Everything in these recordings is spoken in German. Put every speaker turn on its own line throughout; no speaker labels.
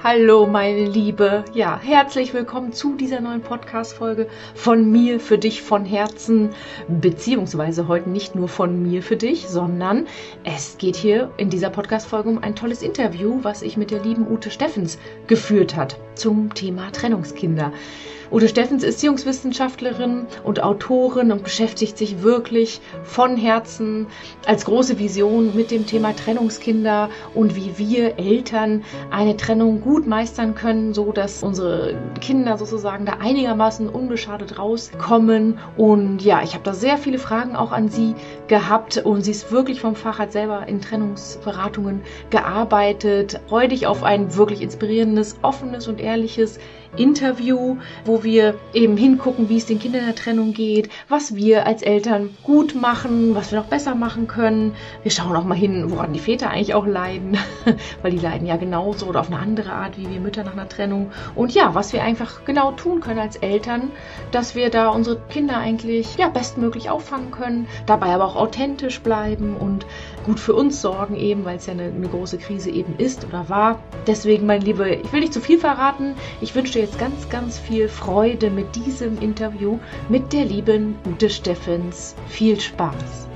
Hallo meine Liebe, ja, herzlich willkommen zu dieser neuen Podcast-Folge von mir für dich von Herzen, beziehungsweise heute nicht nur von mir für dich, sondern es geht hier in dieser Podcast-Folge um ein tolles Interview, was ich mit der lieben Ute Steffens geführt habe zum Thema Trennungskinder. Ute Steffens ist Erziehungswissenschaftlerin und Autorin und beschäftigt sich wirklich von Herzen als große Vision mit dem Thema Trennungskinder und wie wir Eltern eine Trennung gut meistern können, so dass unsere Kinder sozusagen da einigermaßen unbeschadet rauskommen. Und ja, ich habe da sehr viele Fragen auch an sie gehabt und sie ist wirklich vom Fach, hat selber in Trennungsberatungen gearbeitet. Freue dich auf ein wirklich inspirierendes, offenes und ehrliches Interview, wo wir eben hingucken, wie es den Kindern in der Trennung geht, was wir als Eltern gut machen, was wir noch besser machen können. Wir schauen auch mal hin, woran die Väter eigentlich auch leiden, weil die leiden ja genauso oder auf eine andere Art wie wir Mütter nach einer Trennung. Und ja, was wir einfach genau tun können als Eltern, dass wir da unsere Kinder eigentlich ja bestmöglich auffangen können, dabei aber auch authentisch bleiben und gut für uns sorgen eben, weil es ja eine große Krise eben ist oder war. Deswegen, mein Liebe, ich will nicht zu viel verraten. Ich wünsche dir jetzt ganz, ganz viel Freude mit diesem Interview mit der lieben Ute Steffens. Viel Spaß!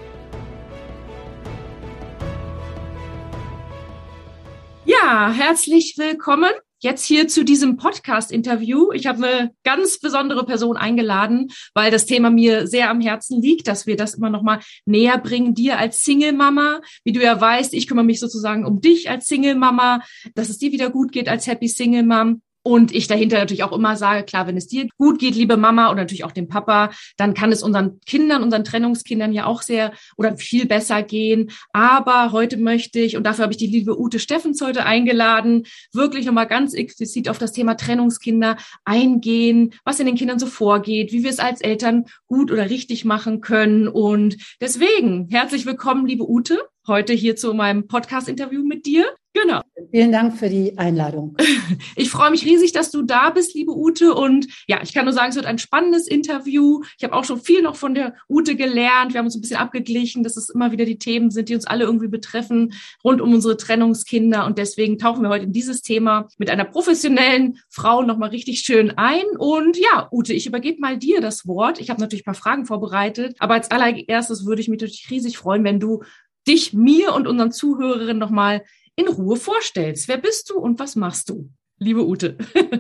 Ja, herzlich willkommen jetzt hier zu diesem Podcast-Interview. Ich habe eine ganz besondere Person eingeladen, weil das Thema mir sehr am Herzen liegt, dass wir das immer noch mal näher bringen, dir als Single-Mama. Wie du ja weißt, ich kümmere mich sozusagen um dich als Single-Mama, dass es dir wieder gut geht als Happy Single-Mom. Und ich dahinter natürlich auch immer sage, klar, wenn es dir gut geht, liebe Mama, und natürlich auch dem Papa, dann kann es unseren Kindern, unseren Trennungskindern ja auch sehr oder viel besser gehen. Aber heute möchte ich, und dafür habe ich die liebe Ute Steffens heute eingeladen, wirklich nochmal ganz explizit auf das Thema Trennungskinder eingehen, was in den Kindern so vorgeht, wie wir es als Eltern gut oder richtig machen können. Und deswegen herzlich willkommen, liebe Ute, heute hier zu meinem Podcast-Interview mit dir. Genau.
Vielen Dank für die Einladung.
Ich freue mich riesig, dass du da bist, liebe Ute. Und ja, ich kann nur sagen, es wird ein spannendes Interview. Ich habe auch schon viel noch von der Ute gelernt. Wir haben uns ein bisschen abgeglichen, dass es immer wieder die Themen sind, die uns alle irgendwie betreffen, rund um unsere Trennungskinder. Und deswegen tauchen wir heute in dieses Thema mit einer professionellen Frau nochmal richtig schön ein. Und ja, Ute, ich übergebe mal dir das Wort. Ich habe natürlich ein paar Fragen vorbereitet. Aber als allererstes würde ich mich natürlich riesig freuen, wenn du dich mir und unseren Zuhörerinnen nochmal in Ruhe vorstellst. Wer bist du und was machst du, liebe Ute?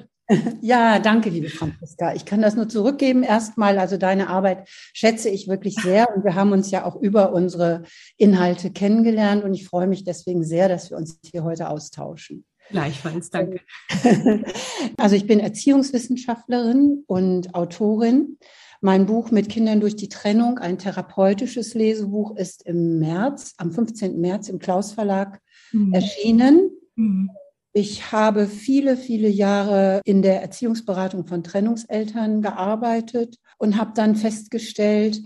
Ja, danke, liebe Franziska. Ich kann das nur zurückgeben. Erstmal, also deine Arbeit schätze ich wirklich sehr und wir haben uns ja auch über unsere Inhalte kennengelernt und ich freue mich deswegen sehr, dass wir uns hier heute austauschen.
Gleichfalls, danke.
Also ich bin Erziehungswissenschaftlerin und Autorin. Mein Buch Mit Kindern durch die Trennung, ein therapeutisches Lesebuch, ist im März, am 15. März im Klaus Verlag erschienen. Ich habe viele, viele Jahre in der Erziehungsberatung von Trennungseltern gearbeitet und habe dann festgestellt,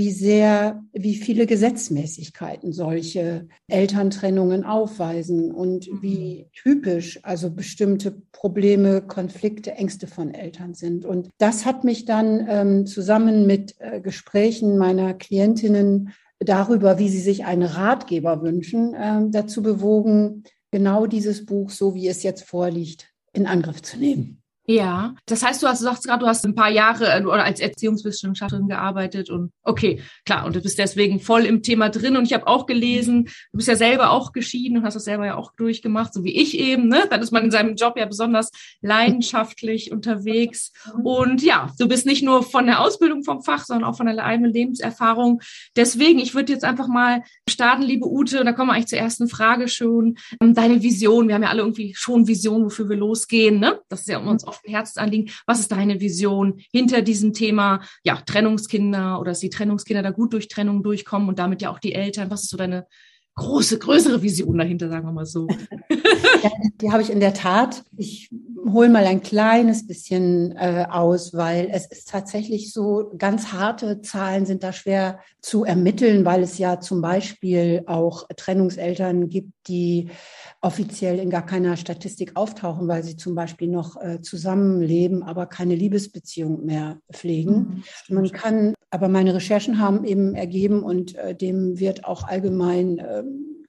wie viele Gesetzmäßigkeiten solche Elterntrennungen aufweisen und wie typisch also bestimmte Probleme, Konflikte, Ängste von Eltern sind. Und das hat mich dann zusammen mit Gesprächen meiner Klientinnen darüber, wie sie sich einen Ratgeber wünschen, dazu bewogen, genau dieses Buch, so wie es jetzt vorliegt, in Angriff zu nehmen.
Ja, das heißt, du sagst gerade, du hast ein paar Jahre als Erziehungswissenschaftlerin gearbeitet und okay, klar, und du bist deswegen voll im Thema drin und ich habe auch gelesen, du bist ja selber auch geschieden und hast das selber ja auch durchgemacht, so wie ich eben, ne? Dann ist man in seinem Job ja besonders leidenschaftlich unterwegs und ja, du bist nicht nur von der Ausbildung vom Fach, sondern auch von der eigenen Lebenserfahrung. Deswegen, ich würde jetzt einfach mal starten, liebe Ute, und da kommen wir eigentlich zur ersten Frage schon. Deine Vision, wir haben ja alle irgendwie schon Visionen, wofür wir losgehen, ne? Das ist ja uns oft ein Herzensanliegen. Was ist deine Vision hinter diesem Thema, ja, Trennungskinder oder dass die Trennungskinder da gut durch Trennung durchkommen und damit ja auch die Eltern? Was ist so deine größere Vision dahinter, sagen wir mal so?
Ja, die habe ich in der Tat. Ich hole mal ein kleines bisschen aus, weil es ist tatsächlich so, ganz harte Zahlen sind da schwer zu ermitteln, weil es ja zum Beispiel auch Trennungseltern gibt, die offiziell in gar keiner Statistik auftauchen, weil sie zum Beispiel noch zusammenleben, aber keine Liebesbeziehung mehr pflegen. Man kann, aber meine Recherchen haben eben ergeben und dem wird auch allgemein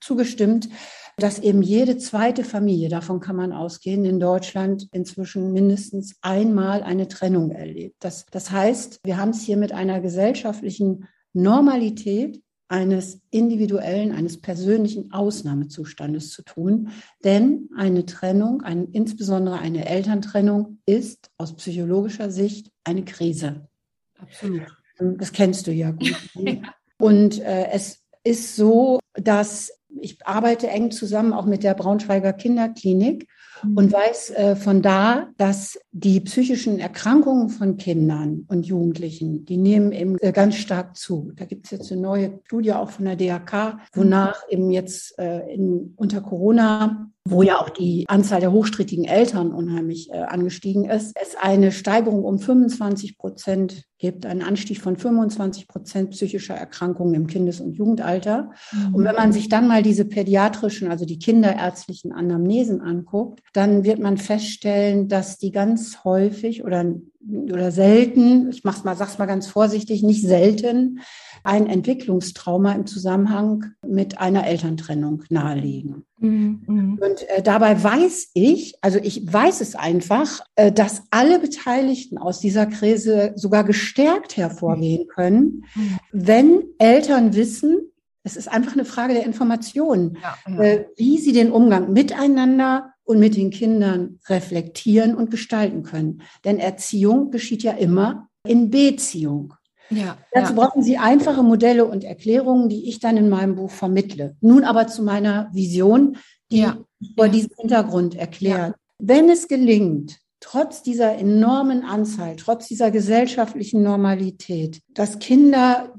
zugestimmt, dass eben jede zweite Familie, davon kann man ausgehen, in Deutschland inzwischen mindestens einmal eine Trennung erlebt. Das heißt, wir haben es hier mit einer gesellschaftlichen Normalität eines individuellen, eines persönlichen Ausnahmezustandes zu tun. Denn eine Trennung, insbesondere eine Elterntrennung, ist aus psychologischer Sicht eine Krise.
Absolut.
Das kennst du ja gut. Und es ist so, dass ich arbeite eng zusammen auch mit der Braunschweiger Kinderklinik und weiß von da, dass die psychischen Erkrankungen von Kindern und Jugendlichen, die nehmen eben ganz stark zu. Da gibt es jetzt eine neue Studie auch von der DAK, wonach eben jetzt unter Corona, wo ja auch die Anzahl der hochstrittigen Eltern unheimlich angestiegen ist, es eine Steigerung um 25% gibt, einen Anstieg von 25% psychischer Erkrankungen im Kindes- und Jugendalter. Und wenn man sich dann mal diese pädiatrischen, also die kinderärztlichen Anamnesen anguckt, dann wird man feststellen, dass die ganz häufig oder selten, sag's mal ganz vorsichtig, nicht selten, ein Entwicklungstrauma im Zusammenhang mit einer Elterntrennung nahelegen. Und dabei weiß ich weiß es einfach, dass alle Beteiligten aus dieser Krise sogar gestärkt hervorgehen können, wenn Eltern wissen, es ist einfach eine Frage der Information, wie sie den Umgang miteinander und mit den Kindern reflektieren und gestalten können. Denn Erziehung geschieht ja immer in Beziehung. Dazu brauchen Sie einfache Modelle und Erklärungen, die ich dann in meinem Buch vermittle. Nun aber zu meiner Vision, die vor diesem Hintergrund erklärt. Wenn es gelingt, trotz dieser enormen Anzahl, trotz dieser gesellschaftlichen Normalität, dass Kinder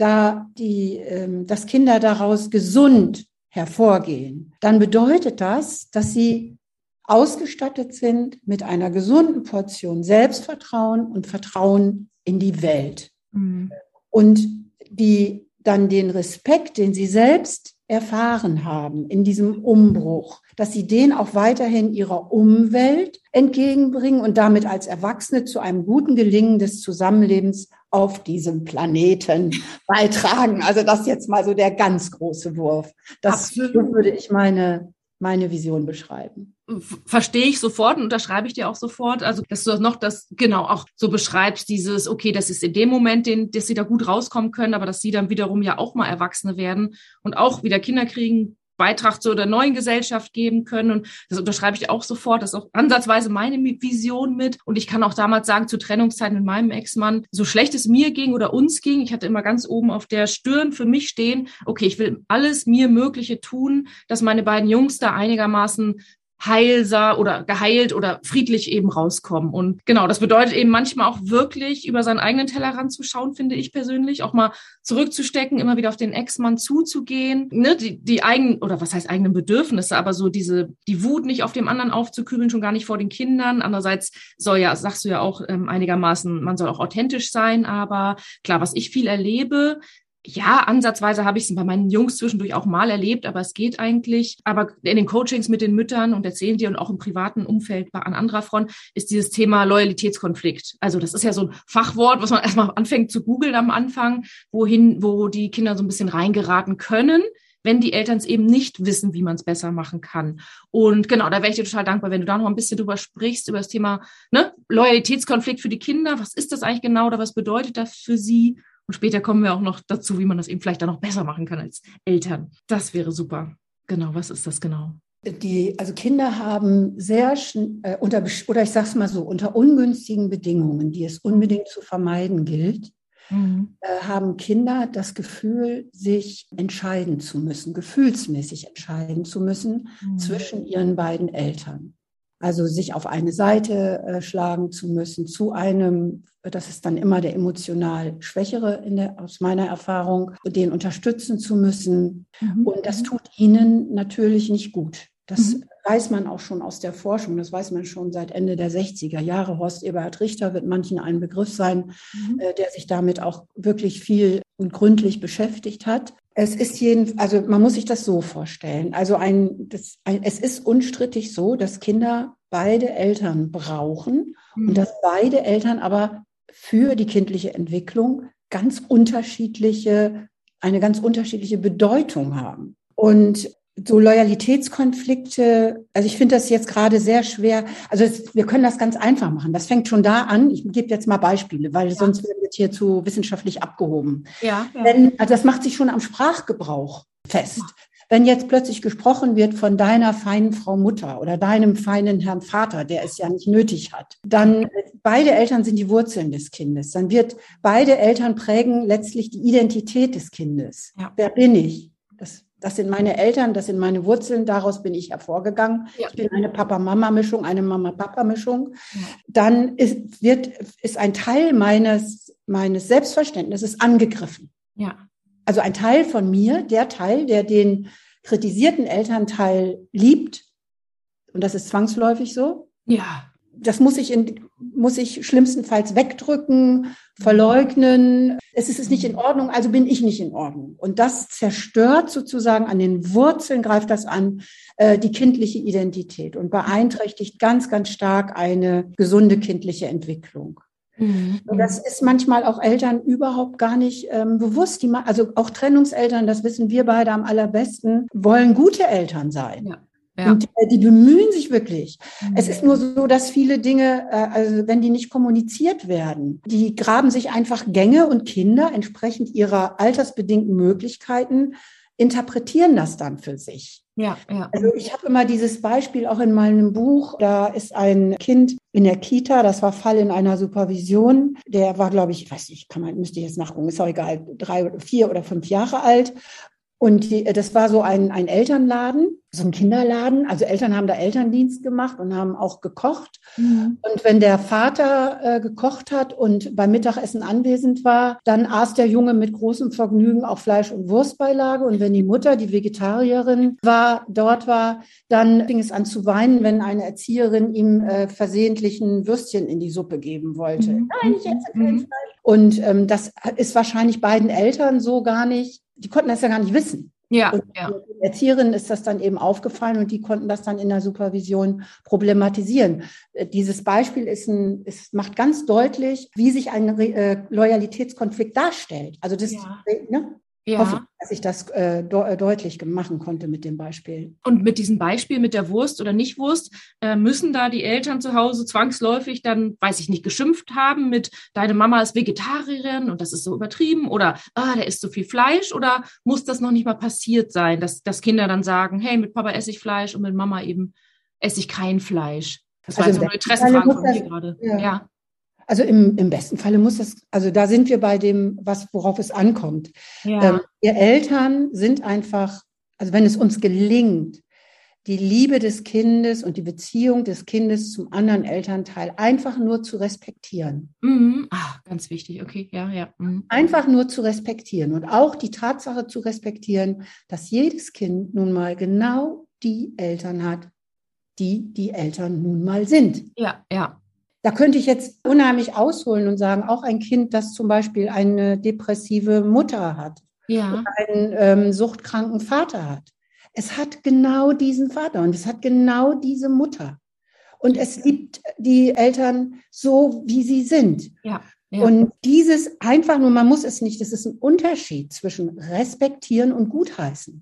daraus gesund hervorgehen, dann bedeutet das, dass sie ausgestattet sind mit einer gesunden Portion Selbstvertrauen und Vertrauen in die Welt. Und die dann den Respekt, den sie selbst erfahren haben in diesem Umbruch, dass sie den auch weiterhin ihrer Umwelt entgegenbringen und damit als Erwachsene zu einem guten Gelingen des Zusammenlebens auf diesem Planeten beitragen. Also das ist jetzt mal so der ganz große Wurf. So würde ich meine Vision beschreiben.
Verstehe ich sofort und unterschreibe ich dir auch sofort. Also, dass du noch das genau auch so beschreibst, okay, das ist in dem Moment, dass sie da gut rauskommen können, aber dass sie dann wiederum ja auch mal Erwachsene werden und auch wieder Kinder kriegen, Beitrag zu der neuen Gesellschaft geben können. Und das unterschreibe ich auch sofort. Das ist auch ansatzweise meine Vision mit. Und ich kann auch damals sagen, zu Trennungszeiten mit meinem Ex-Mann, so schlecht es mir ging oder uns ging, ich hatte immer ganz oben auf der Stirn für mich stehen, okay, ich will alles mir Mögliche tun, dass meine beiden Jungs da einigermaßen heilsam oder geheilt oder friedlich eben rauskommen. Und genau, das bedeutet eben manchmal auch wirklich über seinen eigenen Tellerrand zu schauen, finde ich persönlich, auch mal zurückzustecken, immer wieder auf den Ex-Mann zuzugehen, ne, die eigenen, oder was heißt eigenen Bedürfnisse, aber so die Wut nicht auf dem anderen aufzukübeln, schon gar nicht vor den Kindern. Andererseits sagst du ja auch einigermaßen, man soll auch authentisch sein, aber klar, was ich viel erlebe, ja, ansatzweise habe ich es bei meinen Jungs zwischendurch auch mal erlebt, aber es geht eigentlich. Aber in den Coachings mit den Müttern und erzählen dir und auch im privaten Umfeld an anderer Front ist dieses Thema Loyalitätskonflikt. Also das ist ja so ein Fachwort, was man erstmal anfängt zu googeln am Anfang, wo die Kinder so ein bisschen reingeraten können, wenn die Eltern es eben nicht wissen, wie man es besser machen kann. Und genau, da wäre ich dir total dankbar, wenn du da noch ein bisschen drüber sprichst, über das Thema Loyalitätskonflikt für die Kinder. Was ist das eigentlich genau oder was bedeutet das für sie? Und später kommen wir auch noch dazu, wie man das eben vielleicht dann noch besser machen kann als Eltern. Das wäre super. Genau, was ist das genau?
Also Kinder haben unter ungünstigen Bedingungen, die es unbedingt zu vermeiden gilt, haben Kinder das Gefühl, sich entscheiden zu müssen, gefühlsmäßig entscheiden zu müssen zwischen ihren beiden Eltern. Also sich auf eine Seite schlagen zu müssen, zu einem, das ist dann immer der emotional Schwächere aus meiner Erfahrung, den unterstützen zu müssen. Und das tut ihnen natürlich nicht gut. Das weiß man auch schon aus der Forschung, das weiß man schon seit Ende der 60er Jahre. Horst Eberhard Richter wird manchen ein Begriff sein, der sich damit auch wirklich viel und gründlich beschäftigt hat. Es ist also man muss sich das so vorstellen. Also es ist unstrittig so, dass Kinder beide Eltern brauchen und dass beide Eltern aber für die kindliche Entwicklung eine ganz unterschiedliche Bedeutung haben. Und so Loyalitätskonflikte, also ich finde das jetzt gerade sehr schwer. Also wir können das ganz einfach machen. Das fängt schon da an. Ich gebe jetzt mal Beispiele, weil sonst werden wir hier zu wissenschaftlich abgehoben.
Ja.
Also das macht sich schon am Sprachgebrauch fest. Wenn jetzt plötzlich gesprochen wird von deiner feinen Frau Mutter oder deinem feinen Herrn Vater, der es ja nicht nötig hat, dann beide Eltern sind die Wurzeln des Kindes. Dann wird beide Eltern prägen letztlich die Identität des Kindes. Ja. Wer bin ich? Das sind meine Eltern, das sind meine Wurzeln, daraus bin ich hervorgegangen. Ja. Ich bin eine Papa-Mama-Mischung, eine Mama-Papa-Mischung. Ja. Dann ist ein Teil meines Selbstverständnisses angegriffen. Ja. Also ein Teil von mir, der Teil, der den kritisierten Elternteil liebt, und das ist zwangsläufig so. Ja. Das muss ich schlimmstenfalls wegdrücken, verleugnen. Es ist nicht in Ordnung, also bin ich nicht in Ordnung. Und das zerstört sozusagen an den Wurzeln, greift das an, die kindliche Identität und beeinträchtigt ganz, ganz stark eine gesunde kindliche Entwicklung. Und das ist manchmal auch Eltern überhaupt gar nicht bewusst. Also auch Trennungseltern, das wissen wir beide am allerbesten, wollen gute Eltern sein. Ja. Ja. Und die bemühen sich wirklich. Es ist nur so, dass viele Dinge, also wenn die nicht kommuniziert werden, die graben sich einfach Gänge und Kinder entsprechend ihrer altersbedingten Möglichkeiten interpretieren das dann für sich. Ja. Also ich habe immer dieses Beispiel auch in meinem Buch. Da ist ein Kind in der Kita, das war Fall in einer Supervision. Der war, glaube ich weiß nicht, müsste ich jetzt nachgucken, ist auch egal, 3, 4 oder 5 Jahre alt. Und das war so ein Elternladen, so ein Kinderladen. Also Eltern haben da Elterndienst gemacht und haben auch gekocht. Und wenn der Vater gekocht hat und beim Mittagessen anwesend war, dann aß der Junge mit großem Vergnügen auch Fleisch- und Wurstbeilage. Und wenn die Mutter, die Vegetarierin dort war, dann fing es an zu weinen, wenn eine Erzieherin ihm versehentlich ein Würstchen in die Suppe geben wollte. Nein, ich esse kein Fleisch. Und das ist wahrscheinlich beiden Eltern so gar nicht. Die konnten das ja gar nicht wissen. Ja, und den Erzieherinnen ist das dann eben aufgefallen und die konnten das dann in der Supervision problematisieren. Dieses Beispiel macht ganz deutlich, wie sich ein Loyalitätskonflikt darstellt. Also das, Ich hoffe, dass ich das deutlich machen konnte mit dem Beispiel.
Und mit diesem Beispiel mit der Wurst oder Nicht-Wurst, müssen da die Eltern zu Hause zwangsläufig dann, weiß ich nicht, geschimpft haben mit, deine Mama ist Vegetarierin und das ist so übertrieben oder der isst so viel Fleisch, oder muss das noch nicht mal passiert sein, dass Kinder dann sagen, hey, mit Papa esse ich Fleisch und mit Mama eben esse ich kein Fleisch? Das war also jetzt so eine Interessenfrage von mir gerade. Ja.
Also im besten Falle muss das, also da sind wir bei dem, worauf es ankommt. Ja. Wir Eltern sind einfach, also wenn es uns gelingt, die Liebe des Kindes und die Beziehung des Kindes zum anderen Elternteil einfach nur zu respektieren.
Ganz wichtig, okay, ja.
Einfach nur zu respektieren und auch die Tatsache zu respektieren, dass jedes Kind nun mal genau die Eltern hat, die Eltern nun mal sind. Ja. Da könnte ich jetzt unheimlich ausholen und sagen, auch ein Kind, das zum Beispiel eine depressive Mutter hat, oder einen suchtkranken Vater hat. Es hat genau diesen Vater und es hat genau diese Mutter. Und es liebt die Eltern so, wie sie sind. Ja. Und dieses einfach nur, man muss es nicht, das ist ein Unterschied zwischen respektieren und gutheißen.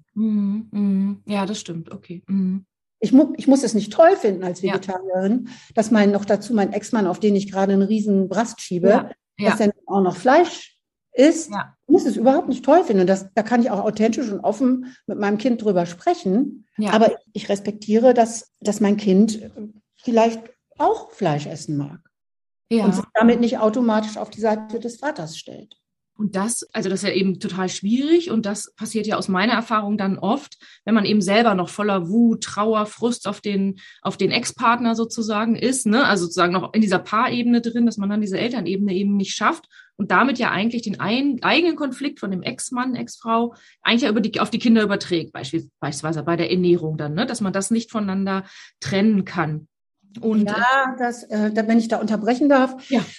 Ja, das stimmt, okay.
Ich muss es nicht toll finden als Vegetarierin, dass noch dazu mein Ex-Mann, auf den ich gerade einen riesen Brast schiebe, dass er auch noch Fleisch isst. Ja. Ich muss es überhaupt nicht toll finden. Und da kann ich auch authentisch und offen mit meinem Kind drüber sprechen. Ja. Aber ich respektiere, dass mein Kind vielleicht auch Fleisch essen mag. Ja. Und sich damit nicht automatisch auf die Seite des Vaters stellt.
Und das ist ja eben total schwierig und das passiert ja aus meiner Erfahrung dann oft, wenn man eben selber noch voller Wut, Trauer, Frust auf den Ex-Partner sozusagen ist, ne? Also sozusagen noch in dieser Paarebene drin, dass man dann diese Elternebene eben nicht schafft und damit ja eigentlich den eigenen Konflikt von dem Ex-Mann, Ex-Frau eigentlich ja auf die Kinder überträgt, beispielsweise bei der Ernährung dann, ne? Dass man das nicht voneinander trennen kann.
Und wenn ich da unterbrechen darf,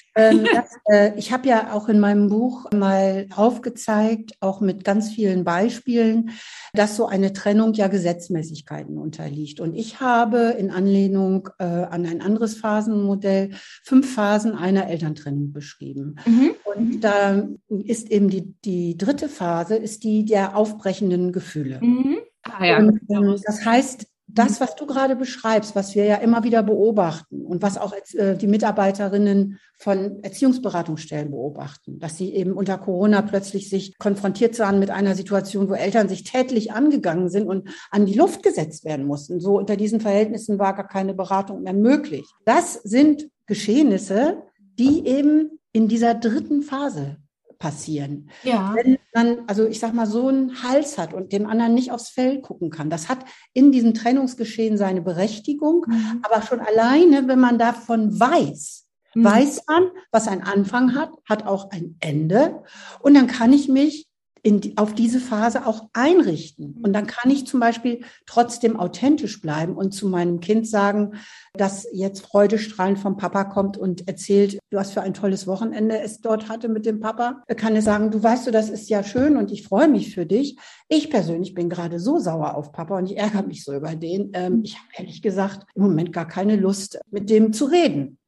ich habe ja auch in meinem Buch mal aufgezeigt, auch mit ganz vielen Beispielen, dass so eine Trennung ja Gesetzmäßigkeiten unterliegt. Und ich habe in Anlehnung an ein anderes Phasenmodell 5 Phasen einer Elterntrennung beschrieben. Und da ist eben die dritte Phase, ist die der aufbrechenden Gefühle.
ja.
Und das heißt, das, was du gerade beschreibst, was wir ja immer wieder beobachten und was auch die Mitarbeiterinnen von Erziehungsberatungsstellen beobachten, dass sie eben unter Corona plötzlich sich konfrontiert sahen mit einer Situation, wo Eltern sich tätlich angegangen sind und an die Luft gesetzt werden mussten. So unter diesen Verhältnissen war gar keine Beratung mehr möglich. Das sind Geschehnisse, die eben in dieser dritten Phase passieren.
Ja.
Wenn man, also ich sag mal, so einen Hals hat und dem anderen nicht aufs Fell gucken kann, das hat in diesem Trennungsgeschehen seine Berechtigung, aber schon alleine, wenn man davon weiß man, was ein Anfang hat, hat auch ein Ende und dann kann ich mich auf diese Phase auch einrichten. Und dann kann ich zum Beispiel trotzdem authentisch bleiben und zu meinem Kind sagen, dass jetzt freudestrahlend vom Papa kommt und erzählt, was für ein tolles Wochenende es dort hatte mit dem Papa. Kann ich sagen, du weißt, das ist ja schön und ich freue mich für dich. Ich persönlich bin gerade so sauer auf Papa und ich ärgere mich so über den. Ich habe ehrlich gesagt im Moment gar keine Lust, mit dem zu reden.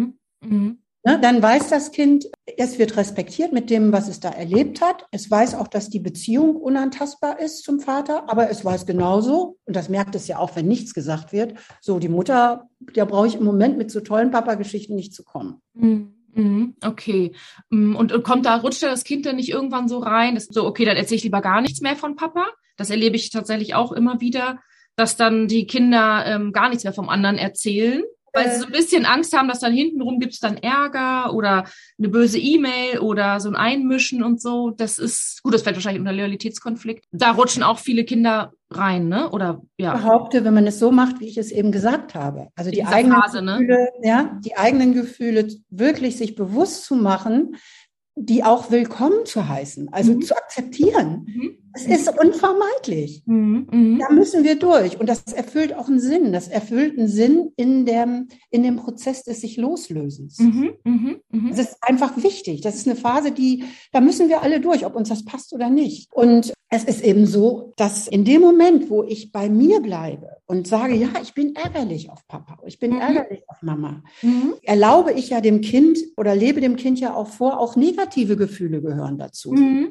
Dann weiß das Kind, es wird respektiert mit dem, was es da erlebt hat. Es weiß auch, dass die Beziehung unantastbar ist zum Vater, aber es weiß genauso, und das merkt es ja auch, wenn nichts gesagt wird, so die Mutter, der brauche ich im Moment mit so tollen Papa-Geschichten nicht zu kommen.
Okay. Und rutscht da das Kind dann nicht irgendwann so rein, dass so, okay, dann erzähle ich lieber gar nichts mehr von Papa? Das erlebe ich tatsächlich auch immer wieder, dass dann die Kinder gar nichts mehr vom anderen erzählen. Weil sie so ein bisschen Angst haben, dass dann hintenrum gibt es dann Ärger oder eine böse E-Mail oder so ein Einmischen und so. Das ist, gut, das fällt wahrscheinlich unter Loyalitätskonflikt. Da rutschen auch viele Kinder rein, ne? Oder, ja.
Ich behaupte, wenn man es so macht, wie ich es eben gesagt habe. Also die eigenen
Phase,
Gefühle, die eigenen Gefühle wirklich sich bewusst zu machen, die auch willkommen zu heißen, also zu akzeptieren. Es ist unvermeidlich. Da müssen wir durch. Und das erfüllt auch einen Sinn. Das erfüllt einen Sinn in dem Prozess des sich Loslösens. Das ist einfach wichtig. Das ist eine Phase, da müssen wir alle durch, ob uns das passt oder nicht. Und es ist eben so, dass in dem Moment, wo ich bei mir bleibe und sage, ja, ich bin ärgerlich auf Papa, ich bin ärgerlich auf Mama, erlaube ich ja dem Kind oder lebe dem Kind ja auch vor, auch negative Gefühle gehören dazu.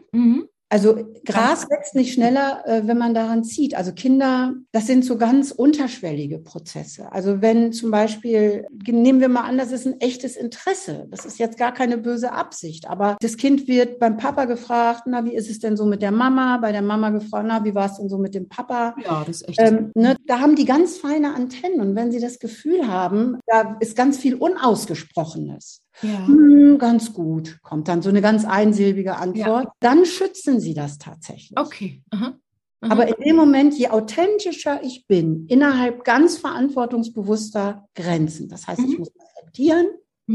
Also Gras wächst nicht schneller, wenn man daran zieht. Also Kinder, das sind so ganz unterschwellige Prozesse. Also wenn zum Beispiel, nehmen wir mal an, das ist ein echtes Interesse. Das ist jetzt gar keine böse Absicht. Aber das Kind wird beim Papa gefragt, na, wie ist es denn so mit der Mama? Bei der Mama gefragt, na, wie war es denn so mit dem Papa?
Ja, das ist echt.
Da haben die ganz feine Antennen. Und wenn sie das Gefühl haben, da ist ganz viel Unausgesprochenes.
Ja.
Ganz gut, kommt dann so eine ganz einsilbige Antwort. Dann schützen sie das tatsächlich.
Okay.
Aber in dem Moment, je authentischer ich bin, innerhalb ganz verantwortungsbewusster Grenzen, das heißt, ich muss akzeptieren,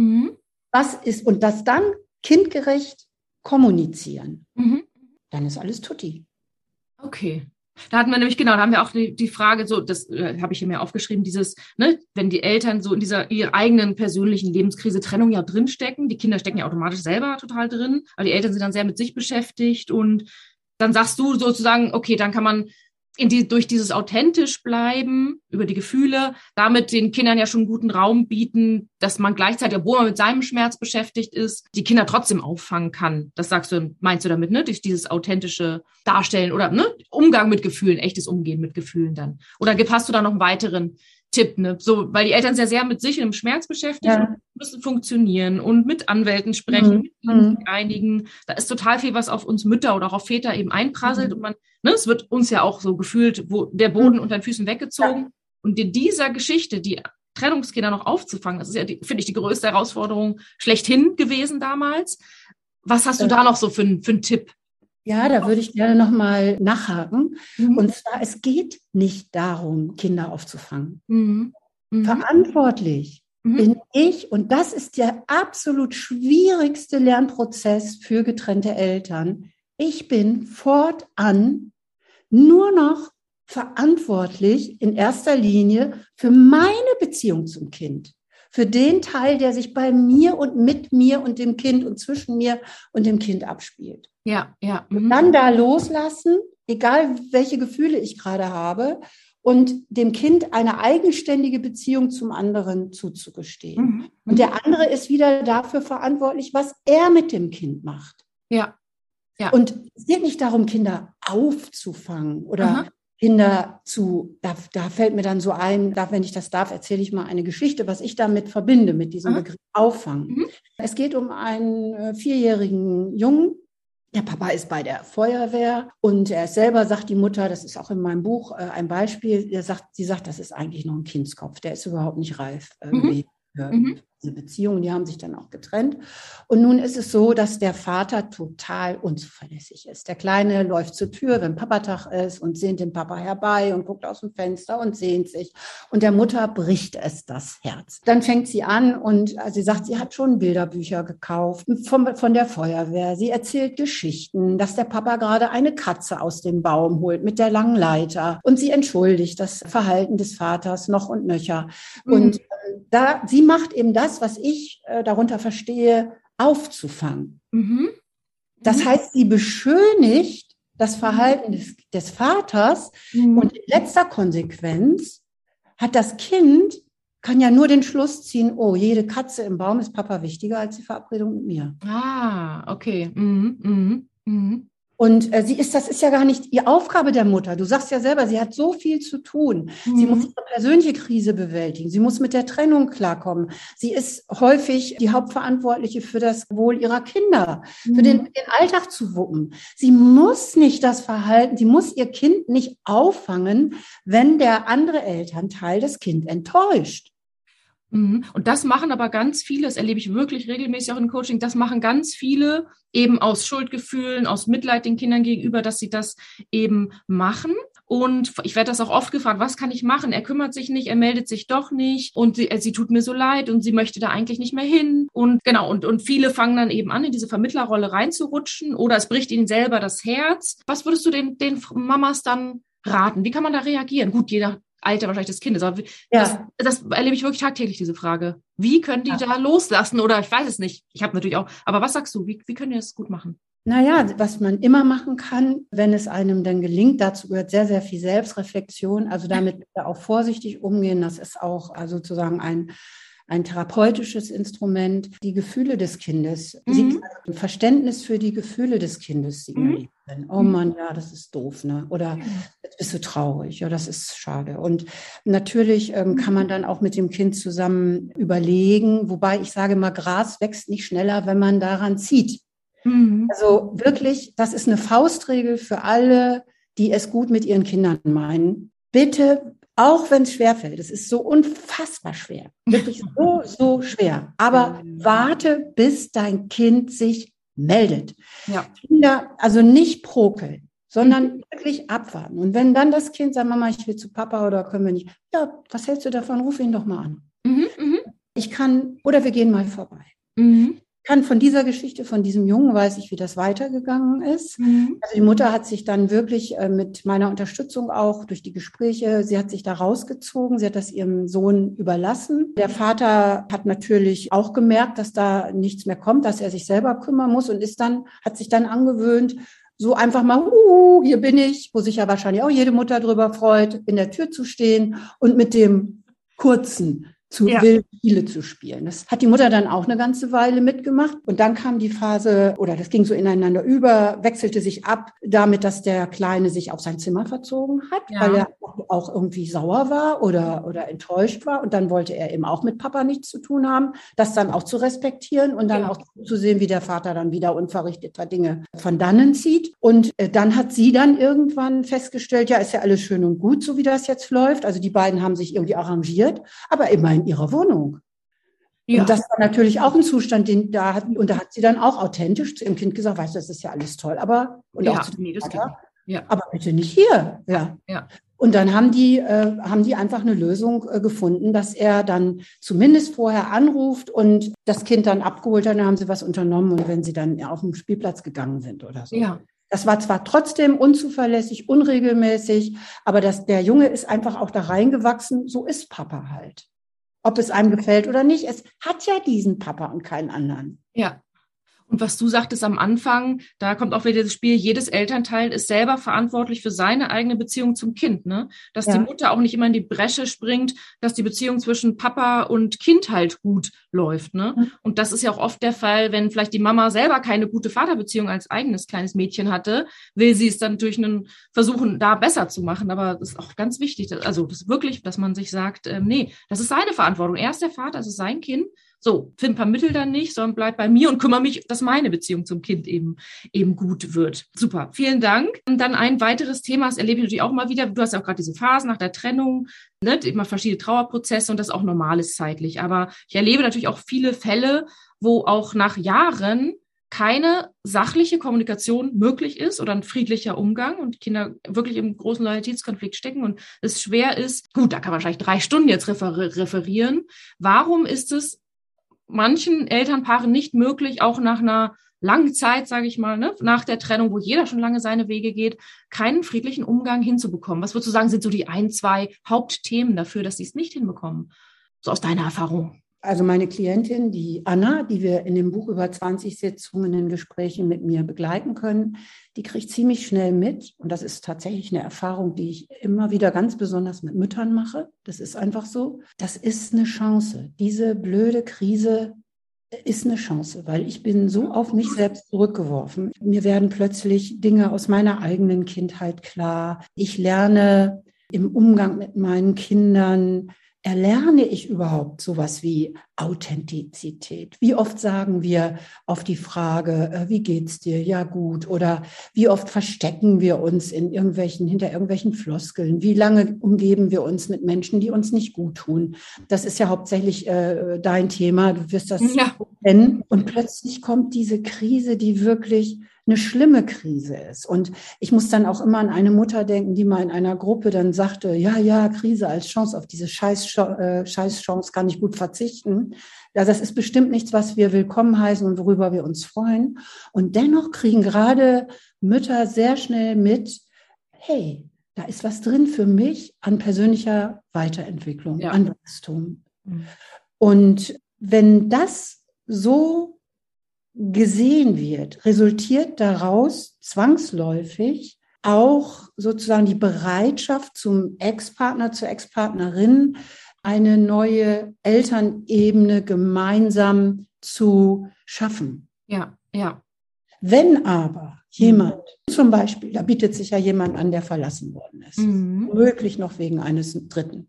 was ist, und das dann kindgerecht kommunizieren, dann ist alles tutti.
Okay. Da hatten wir nämlich, da haben wir auch die Frage, so, das habe ich hier mir aufgeschrieben, dieses, ne, wenn die Eltern so in ihrer eigenen persönlichen Lebenskrise Trennung ja drinstecken, die Kinder stecken ja automatisch selber total drin, aber die Eltern sind dann sehr mit sich beschäftigt und dann sagst du sozusagen, okay, dann kann man durch dieses authentisch bleiben, über die Gefühle, damit den Kindern ja schon einen guten Raum bieten, dass man gleichzeitig, obwohl man mit seinem Schmerz beschäftigt ist, die Kinder trotzdem auffangen kann. Das meinst du damit, ne? Durch dieses authentische Darstellen oder, ne? Umgang mit Gefühlen, echtes Umgehen mit Gefühlen dann. Oder hast du da noch einen weiteren Tipp, ne? So, weil die Eltern sind ja sehr mit sich und dem Schmerz beschäftigt und müssen funktionionieren und mit Anwälten sprechen, mit ihnen sich einigen. Da ist total viel, was auf uns Mütter oder auch auf Väter eben einprasselt und es wird uns ja auch so gefühlt, wo der Boden unter den Füßen weggezogen. Ja. Und in dieser Geschichte, die Trennungskinder noch aufzufangen, das ist ja, finde ich, die größte Herausforderung schlechthin gewesen damals. Was hast du da noch so für einen Tipp?
Ja, da würde ich gerne nochmal nachhaken. Und zwar, es geht nicht darum, Kinder aufzufangen. Verantwortlich bin ich, und das ist der absolut schwierigste Lernprozess für getrennte Eltern. Ich bin fortan nur noch verantwortlich in erster Linie für meine Beziehung zum Kind. Für den Teil, der sich bei mir und mit mir und dem Kind und zwischen mir und dem Kind abspielt.
Ja.
Und dann da loslassen, egal welche Gefühle ich gerade habe, und dem Kind eine eigenständige Beziehung zum anderen zuzugestehen. Und der andere ist wieder dafür verantwortlich, was er mit dem Kind macht.
Ja.
Und es geht nicht darum, Kinder aufzufangen oder Kinder da fällt mir dann so ein, wenn ich das darf, erzähle ich mal eine Geschichte, was ich damit verbinde, mit diesem Begriff Auffangen. Es geht um einen 4-jährigen Jungen. Der Papa ist bei der Feuerwehr und er selber sagt, die Mutter, das ist auch in meinem Buch ein Beispiel, sie sagt, das ist eigentlich noch ein Kindskopf, der ist überhaupt nicht reif irgendwie für diese Beziehung. Die haben sich dann auch getrennt. Und nun ist es so, dass der Vater total unzuverlässig ist. Der Kleine läuft zur Tür, wenn Papatag ist und sehnt den Papa herbei und guckt aus dem Fenster und sehnt sich. Und der Mutter bricht es das Herz. Dann fängt sie an und sie sagt, sie hat schon Bilderbücher gekauft von der Feuerwehr. Sie erzählt Geschichten, dass der Papa gerade eine Katze aus dem Baum holt mit der langen Leiter. Und sie entschuldigt das Verhalten des Vaters noch und nöcher. Und sie macht eben das, was ich darunter verstehe, aufzufangen. Das heißt, sie beschönigt das Verhalten des Vaters und in letzter Konsequenz kann ja nur den Schluss ziehen, oh, jede Katze im Baum ist Papa wichtiger als die Verabredung mit mir.
Ah, okay.
Und das ist ja gar nicht die Aufgabe der Mutter. Du sagst ja selber, sie hat so viel zu tun. Sie muss ihre persönliche Krise bewältigen. Sie muss mit der Trennung klarkommen. Sie ist häufig die Hauptverantwortliche für das Wohl ihrer Kinder, für den Alltag zu wuppen. Sie muss nicht das Verhalten, sie muss ihr Kind nicht auffangen, wenn der andere Elternteil das Kind enttäuscht.
Und das machen aber ganz viele, das erlebe ich wirklich regelmäßig auch im Coaching, das machen ganz viele eben aus Schuldgefühlen, aus Mitleid den Kindern gegenüber, dass sie das eben machen. Und ich werde das auch oft gefragt, was kann ich machen? Er kümmert sich nicht, er meldet sich doch nicht und sie tut mir so leid und sie möchte da eigentlich nicht mehr hin. Und genau, und viele fangen dann eben an, in diese Vermittlerrolle reinzurutschen oder es bricht ihnen selber das Herz. Was würdest du den Mamas dann raten? Wie kann man da reagieren? Gut, jeder Alter wahrscheinlich des Kindes. Aber das erlebe ich wirklich tagtäglich, diese Frage. Wie können die da loslassen? Oder ich weiß es nicht. Ich habe natürlich auch. Aber was sagst du? Wie können die das gut machen?
Naja, was man immer machen kann, wenn es einem dann gelingt, dazu gehört sehr, sehr viel Selbstreflexion. Also damit auch vorsichtig umgehen. Das ist auch sozusagen ein therapeutisches Instrument, die Gefühle des Kindes, ein Verständnis für die Gefühle des Kindes signalisieren. Oh Mann, ja, das ist doof, ne? Oder jetzt bist du traurig, ja, das ist schade. Und natürlich kann man dann auch mit dem Kind zusammen überlegen, wobei ich sage mal, Gras wächst nicht schneller, wenn man daran zieht. Also wirklich, das ist eine Faustregel für alle, die es gut mit ihren Kindern meinen. Bitte, auch wenn es schwerfällt, es ist so unfassbar schwer, wirklich so schwer. Aber warte, bis dein Kind sich meldet. Ja. Kinder, also nicht prokeln, sondern wirklich abwarten. Und wenn dann das Kind sagt, Mama, ich will zu Papa oder können wir nicht, ja, was hältst du davon? Ruf ihn doch mal an. Oder wir gehen mal vorbei. Von dieser Geschichte, von diesem Jungen, weiß ich, wie das weitergegangen ist. Also die Mutter hat sich dann wirklich mit meiner Unterstützung auch durch die Gespräche, sie hat sich da rausgezogen, sie hat das ihrem Sohn überlassen. Der Vater hat natürlich auch gemerkt, dass da nichts mehr kommt, dass er sich selber kümmern muss und hat sich dann angewöhnt, so einfach mal, hier bin ich, wo sich ja wahrscheinlich auch jede Mutter drüber freut, in der Tür zu stehen und mit dem kurzen wilde Spiele zu spielen. Das hat die Mutter dann auch eine ganze Weile mitgemacht. Und dann kam die Phase, oder das ging so ineinander über, wechselte sich ab damit, dass der Kleine sich auf sein Zimmer verzogen hat, weil er auch irgendwie sauer war oder enttäuscht war. Und dann wollte er eben auch mit Papa nichts zu tun haben, das dann auch zu respektieren und dann auch zu sehen, wie der Vater dann wieder unverrichteter Dinge von dannen zieht. Und dann hat sie dann irgendwann festgestellt, ja, ist ja alles schön und gut, so wie das jetzt läuft. Also die beiden haben sich irgendwie arrangiert, aber immerhin ihrer Wohnung. Ja. Und das war natürlich auch ein Zustand, da hat sie dann auch authentisch zu ihrem Kind gesagt, weißt du, das ist ja alles toll, aber auch zu dem Vater, aber bitte nicht hier. Ja. Und dann haben die einfach eine Lösung gefunden, dass er dann zumindest vorher anruft und das Kind dann abgeholt hat, dann haben sie was unternommen und wenn sie dann auf den Spielplatz gegangen sind oder so. Ja. Das war zwar trotzdem unzuverlässig, unregelmäßig, aber der Junge ist einfach auch da reingewachsen, so ist Papa halt. Ob es einem gefällt oder nicht, es hat ja diesen Papa und keinen anderen.
Ja. Und was du sagtest am Anfang, da kommt auch wieder das Spiel, jedes Elternteil ist selber verantwortlich für seine eigene Beziehung zum Kind, ne? Dass die Mutter auch nicht immer in die Bresche springt, dass die Beziehung zwischen Papa und Kind halt gut läuft, ne? Und das ist ja auch oft der Fall, wenn vielleicht die Mama selber keine gute Vaterbeziehung als eigenes kleines Mädchen hatte, will sie es dann durch einen versuchen, da besser zu machen. Aber das ist auch ganz wichtig, das ist wirklich, dass man sich sagt, nee, das ist seine Verantwortung. Er ist der Vater, es ist sein Kind. So, vermittel dann nicht, sondern bleib bei mir und kümmere mich, dass meine Beziehung zum Kind eben gut wird. Super, vielen Dank. Und dann ein weiteres Thema, das erlebe ich natürlich auch mal wieder. Du hast ja auch gerade diese Phase nach der Trennung, ne, immer verschiedene Trauerprozesse und das auch normal ist zeitlich. Aber ich erlebe natürlich auch viele Fälle, wo auch nach Jahren keine sachliche Kommunikation möglich ist oder ein friedlicher Umgang und Kinder wirklich im großen Loyalitätskonflikt stecken und es schwer ist, gut, da kann man wahrscheinlich 3 Stunden jetzt referieren. Warum ist es manchen Elternpaaren nicht möglich, auch nach einer langen Zeit, sage ich mal, ne, nach der Trennung, wo jeder schon lange seine Wege geht, keinen friedlichen Umgang hinzubekommen? Was würdest du sagen, sind so die 1, 2 Hauptthemen dafür, dass sie es nicht hinbekommen? So aus deiner Erfahrung.
Also meine Klientin, die Anna, die wir in dem Buch über 20 Sitzungen in Gesprächen mit mir begleiten können, die kriegt ziemlich schnell mit. Und das ist tatsächlich eine Erfahrung, die ich immer wieder ganz besonders mit Müttern mache. Das ist einfach so. Das ist eine Chance. Diese blöde Krise ist eine Chance, weil ich bin so auf mich selbst zurückgeworfen. Mir werden plötzlich Dinge aus meiner eigenen Kindheit klar. Ich lerne im Umgang mit meinen Kindern, erlerne ich überhaupt sowas wie Authentizität? Wie oft sagen wir auf die Frage, wie geht's dir? Ja, gut. Oder wie oft verstecken wir uns hinter irgendwelchen Floskeln? Wie lange umgeben wir uns mit Menschen, die uns nicht gut tun? Das ist ja hauptsächlich dein Thema. Du wirst das kennen. Und plötzlich kommt diese Krise, die wirklich eine schlimme Krise ist. Und ich muss dann auch immer an eine Mutter denken, die mal in einer Gruppe dann sagte, ja, Krise als Chance, auf diese Scheißchance kann ich gut verzichten. Ja, das ist bestimmt nichts, was wir willkommen heißen und worüber wir uns freuen. Und dennoch kriegen gerade Mütter sehr schnell mit, hey, da ist was drin für mich an persönlicher Weiterentwicklung, an Wachstum. Und wenn das so gesehen wird, resultiert daraus zwangsläufig auch sozusagen die Bereitschaft zum Ex-Partner, zur Ex-Partnerin, eine neue Elternebene gemeinsam zu schaffen.
Ja.
Wenn aber jemand, zum Beispiel, da bietet sich ja jemand an, der verlassen worden ist, möglich noch wegen eines Dritten,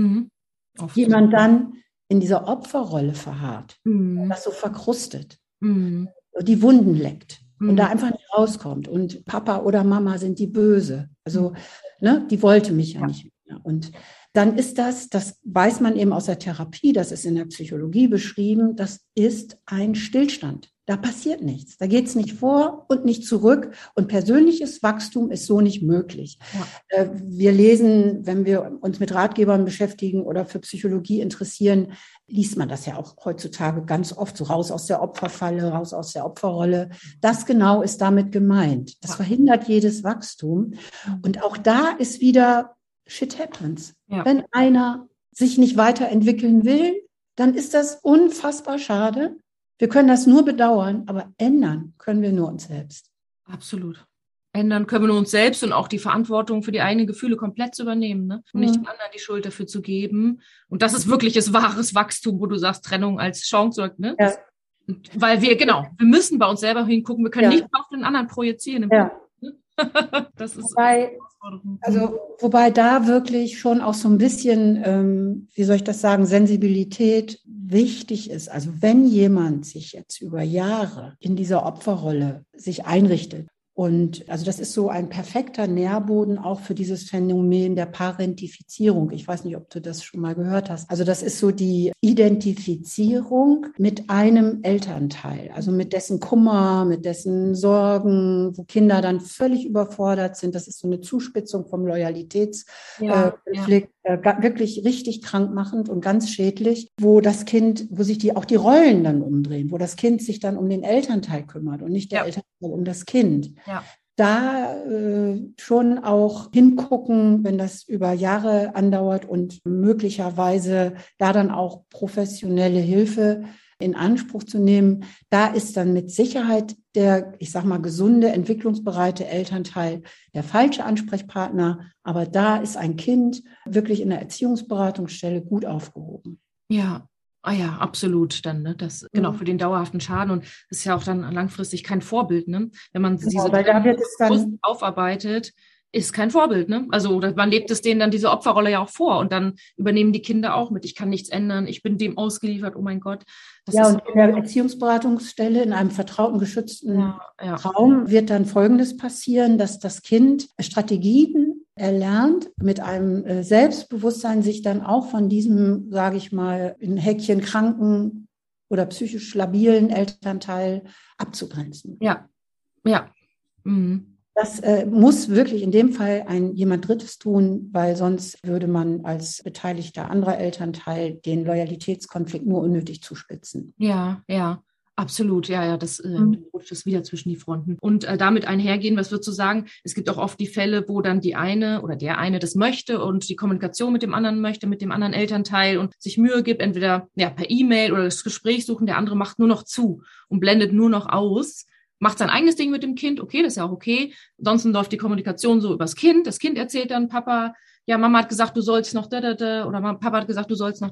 jemand dann in dieser Opferrolle verharrt, das so verkrustet, die Wunden leckt und da einfach nicht rauskommt und Papa oder Mama sind die böse. Also, die wollte mich ja nicht mehr. Und dann ist das weiß man eben aus der Therapie, das ist in der Psychologie beschrieben, das ist ein Stillstand. Da passiert nichts. Da geht es nicht vor und nicht zurück. Und persönliches Wachstum ist so nicht möglich. Ja. Wir lesen, wenn wir uns mit Ratgebern beschäftigen oder für Psychologie interessieren, liest man das ja auch heutzutage ganz oft so raus aus der Opferfalle, raus aus der Opferrolle. Das genau ist damit gemeint. Das verhindert jedes Wachstum. Und auch da ist wieder Shit happens. Ja. Wenn einer sich nicht weiterentwickeln will, dann ist das unfassbar schade. Wir können das nur bedauern, aber ändern können wir nur uns selbst.
Absolut. Ändern können wir nur uns selbst und auch die Verantwortung für die eigenen Gefühle komplett zu übernehmen, ne? Und nicht dem anderen die Schuld dafür zu geben. Und das ist wirkliches, wahres Wachstum, wo du sagst, Trennung als Chance, ne? Ja. Weil wir müssen bei uns selber hingucken, wir können nicht auf den anderen projizieren. Das ist
wobei da wirklich schon auch so ein bisschen, Sensibilität wichtig ist. Also wenn jemand sich jetzt über Jahre in dieser Opferrolle sich einrichtet, und also das ist so ein perfekter Nährboden auch für dieses Phänomen der Parentifizierung. Ich weiß nicht, ob du das schon mal gehört hast. Also das ist so die Identifizierung mit einem Elternteil, also mit dessen Kummer, mit dessen Sorgen, wo Kinder dann völlig überfordert sind. Das ist so eine Zuspitzung vom Loyalitätskonflikt, wirklich richtig krankmachend und ganz schädlich, wo sich auch die Rollen dann umdrehen, wo das Kind sich dann um den Elternteil kümmert und nicht der Elternteil um das Kind. Ja. Da schon auch hingucken, wenn das über Jahre andauert und möglicherweise da dann auch professionelle Hilfe in Anspruch zu nehmen. Da ist dann mit Sicherheit der, ich sag mal, gesunde, entwicklungsbereite Elternteil der falsche Ansprechpartner. Aber da ist ein Kind wirklich in der Erziehungsberatungsstelle gut aufgehoben.
Ja. Ah ja, absolut dann, ne? Das, genau, für den dauerhaften Schaden und das ist ja auch dann langfristig kein Vorbild, ne? Wenn man diese
weil da wird es dann
aufarbeitet, ist kein Vorbild, ne? Also man lebt es denen dann diese Opferrolle ja auch vor und dann übernehmen die Kinder auch mit, ich kann nichts ändern, ich bin dem ausgeliefert, oh mein Gott. Das
ja,
ist
und in der Erziehungsberatungsstelle in einem vertrauten, geschützten
ja.
Raum wird dann Folgendes passieren, dass das Kind Strategien erlernt, mit einem Selbstbewusstsein sich dann auch von diesem, sage ich mal, in Häkchen kranken oder psychisch labilen Elternteil abzugrenzen.
Ja, ja. Mhm.
Das muss wirklich in dem Fall jemand Drittes tun, weil sonst würde man als beteiligter anderer Elternteil den Loyalitätskonflikt nur unnötig zuspitzen.
Ja, ja. Absolut, ja, das rutscht es wieder zwischen die Fronten. Und damit einhergehen, was würdest du sagen, es gibt auch oft die Fälle, wo dann die eine oder der eine das möchte und die Kommunikation mit dem anderen möchte, mit dem anderen Elternteil und sich Mühe gibt, entweder per E-Mail oder das Gespräch suchen, der andere macht nur noch zu und blendet nur noch aus, macht sein eigenes Ding mit dem Kind, okay, das ist ja auch okay. Ansonsten läuft die Kommunikation so übers Kind. Das Kind erzählt dann, Papa, ja, Mama hat gesagt, du sollst noch oder Papa hat gesagt, du sollst noch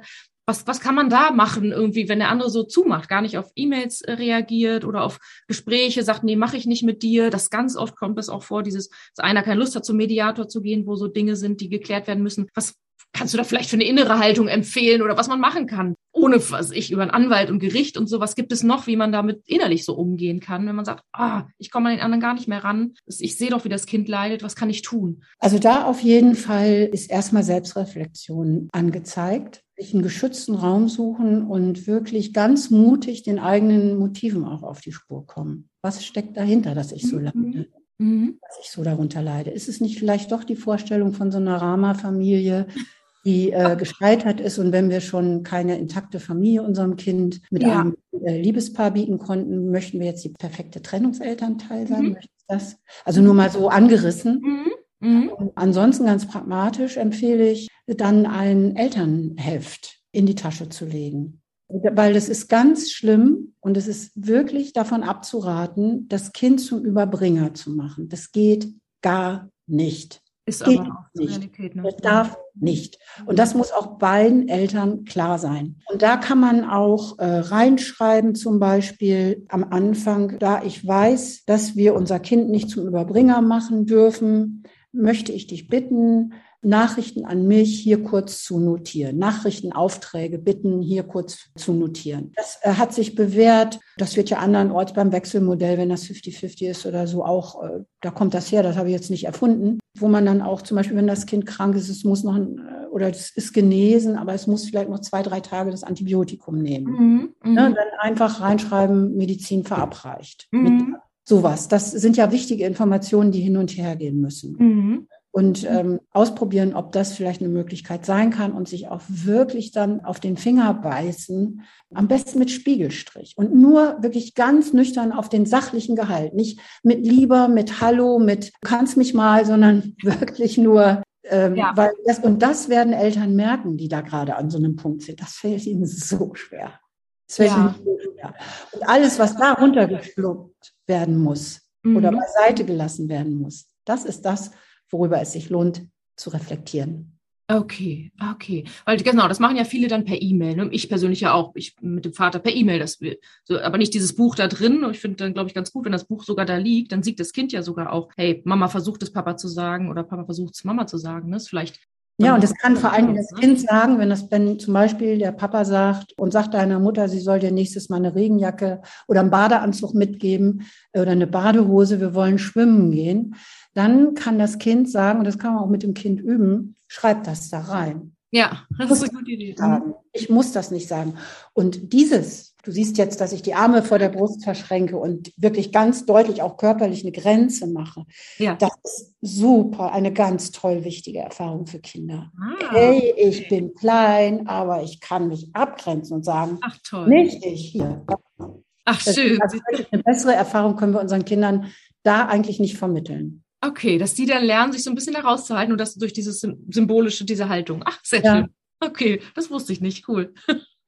Was kann man da machen irgendwie, wenn der andere so zumacht, gar nicht auf E-Mails reagiert oder auf Gespräche, sagt, nee, mache ich nicht mit dir. Das ganz oft kommt das auch vor, dass einer keine Lust hat, zum Mediator zu gehen, wo so Dinge sind, die geklärt werden müssen. Was kannst du da vielleicht für eine innere Haltung empfehlen oder was man machen kann? Ohne, über einen Anwalt und Gericht und so, was gibt es noch, wie man damit innerlich so umgehen kann, wenn man sagt, ich komme an den anderen gar nicht mehr ran. Ich sehe doch, wie das Kind leidet. Was kann ich tun?
Also da auf jeden Fall ist erstmal Selbstreflexion angezeigt. Sich einen geschützten Raum suchen und wirklich ganz mutig den eigenen Motiven auch auf die Spur kommen. Was steckt dahinter, dass ich so leide? Dass ich so darunter leide? Ist es nicht vielleicht doch die Vorstellung von so einer Rama-Familie, die gescheitert ist und wenn wir schon keine intakte Familie unserem Kind mit einem Liebespaar bieten konnten, möchten wir jetzt die perfekte Trennungselternteil sein? Möchten wir das? Also nur mal so angerissen. Und ansonsten ganz pragmatisch empfehle ich, dann ein Elternheft in die Tasche zu legen. Weil das ist ganz schlimm und es ist wirklich davon abzuraten, das Kind zum Überbringer zu machen. Das geht gar nicht.
Ist aber auch Realität, ne?
Das darf nicht. Und das muss auch beiden Eltern klar sein. Und da kann man auch reinschreiben, zum Beispiel am Anfang, da ich weiß, dass wir unser Kind nicht zum Überbringer machen dürfen, möchte ich dich bitten, Nachrichten an mich hier kurz zu notieren. Nachrichtenaufträge bitten, hier kurz zu notieren. Das hat sich bewährt. Das wird ja andernorts beim Wechselmodell, wenn das 50-50 ist oder so auch, da kommt das her, das habe ich jetzt nicht erfunden. Wo man dann auch zum Beispiel, wenn das Kind krank ist, es muss noch, oder es ist genesen, aber es muss vielleicht noch 2-3 Tage das Antibiotikum nehmen. Ne, dann einfach reinschreiben, Medizin verabreicht. Mit sowas. Das sind ja wichtige Informationen, die hin und her gehen müssen. Und ausprobieren, ob das vielleicht eine Möglichkeit sein kann und sich auch wirklich dann auf den Finger beißen, am besten mit Spiegelstrich und nur wirklich ganz nüchtern auf den sachlichen Gehalt, nicht mit Lieber, mit Hallo, mit du kannst mich mal, sondern wirklich nur, weil das werden Eltern merken, die da gerade an so einem Punkt sind. Das fällt ihnen so schwer. Das fällt ihnen so schwer. Und alles, was da runtergeschluckt werden muss oder beiseite gelassen werden muss, das ist das, worüber es sich lohnt zu reflektieren.
Okay. Weil genau, das machen ja viele dann per E-Mail. Ne? Ich persönlich ja auch. Ich mit dem Vater per E-Mail. Aber nicht dieses Buch da drin. Ich finde dann, glaube ich, ganz gut, wenn das Buch sogar da liegt, dann sieht das Kind ja sogar auch, hey, Mama versucht es Papa zu sagen oder Papa versucht es Mama zu sagen. Das ist vielleicht.
Ja, und das kann vor allem das Kind sagen, wenn zum Beispiel der Papa sagt deiner Mutter, sie soll dir nächstes Mal eine Regenjacke oder einen Badeanzug mitgeben oder eine Badehose, wir wollen schwimmen gehen, dann kann das Kind sagen, und das kann man auch mit dem Kind üben, schreib das da rein.
Ja, das ist eine gute Idee.
Ich muss das nicht sagen. Und du siehst jetzt, dass ich die Arme vor der Brust verschränke und wirklich ganz deutlich auch körperlich eine Grenze mache.
Ja.
Das ist super, eine ganz toll wichtige Erfahrung für Kinder. Hey, ich bin klein, aber ich kann mich abgrenzen und sagen,
ach toll,
nicht ich hier.
Ach schön.
Eine bessere Erfahrung können wir unseren Kindern da eigentlich nicht vermitteln.
Okay, dass die dann lernen, sich so ein bisschen herauszuhalten und das durch dieses Symbolische, diese Haltung. Ach, sehr schön. Okay, das wusste ich nicht. Cool.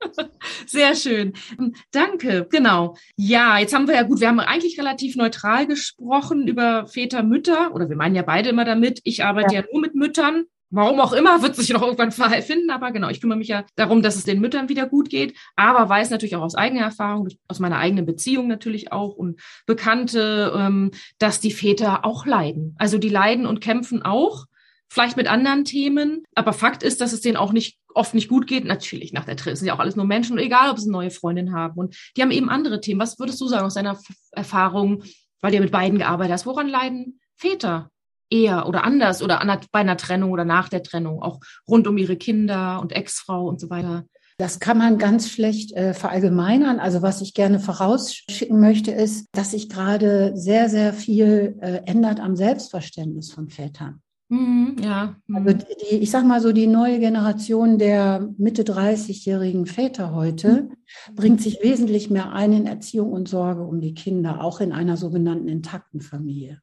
Sehr schön. Danke, genau. Ja, jetzt haben wir ja gut, wir haben eigentlich relativ neutral gesprochen über Väter, Mütter, oder wir meinen ja beide immer damit. Ich arbeite ja nur mit Müttern. Warum auch immer, wird sich noch irgendwann finden, aber genau, ich kümmere mich ja darum, dass es den Müttern wieder gut geht, aber weiß natürlich auch aus eigener Erfahrung, aus meiner eigenen Beziehung natürlich auch und Bekannte, dass die Väter auch leiden. Also die leiden und kämpfen auch, vielleicht mit anderen Themen, aber Fakt ist, dass es denen auch oft nicht gut geht. Natürlich nach der Trennung sind ja auch alles nur Menschen, und egal, ob sie eine neue Freundin haben, und die haben eben andere Themen. Was würdest du sagen aus deiner Erfahrung, weil du ja mit beiden gearbeitet hast? Woran leiden Väter eher oder anders oder bei einer Trennung oder nach der Trennung, auch rund um ihre Kinder und Ex-Frau und so weiter?
Das kann man ganz schlecht verallgemeinern. Also was ich gerne vorausschicken möchte, ist, dass sich gerade sehr, sehr viel ändert am Selbstverständnis von Vätern.
Ja.
Also ich sag mal so, die neue Generation der Mitte 30-jährigen Väter heute bringt sich wesentlich mehr ein in Erziehung und Sorge um die Kinder, auch in einer sogenannten intakten Familie.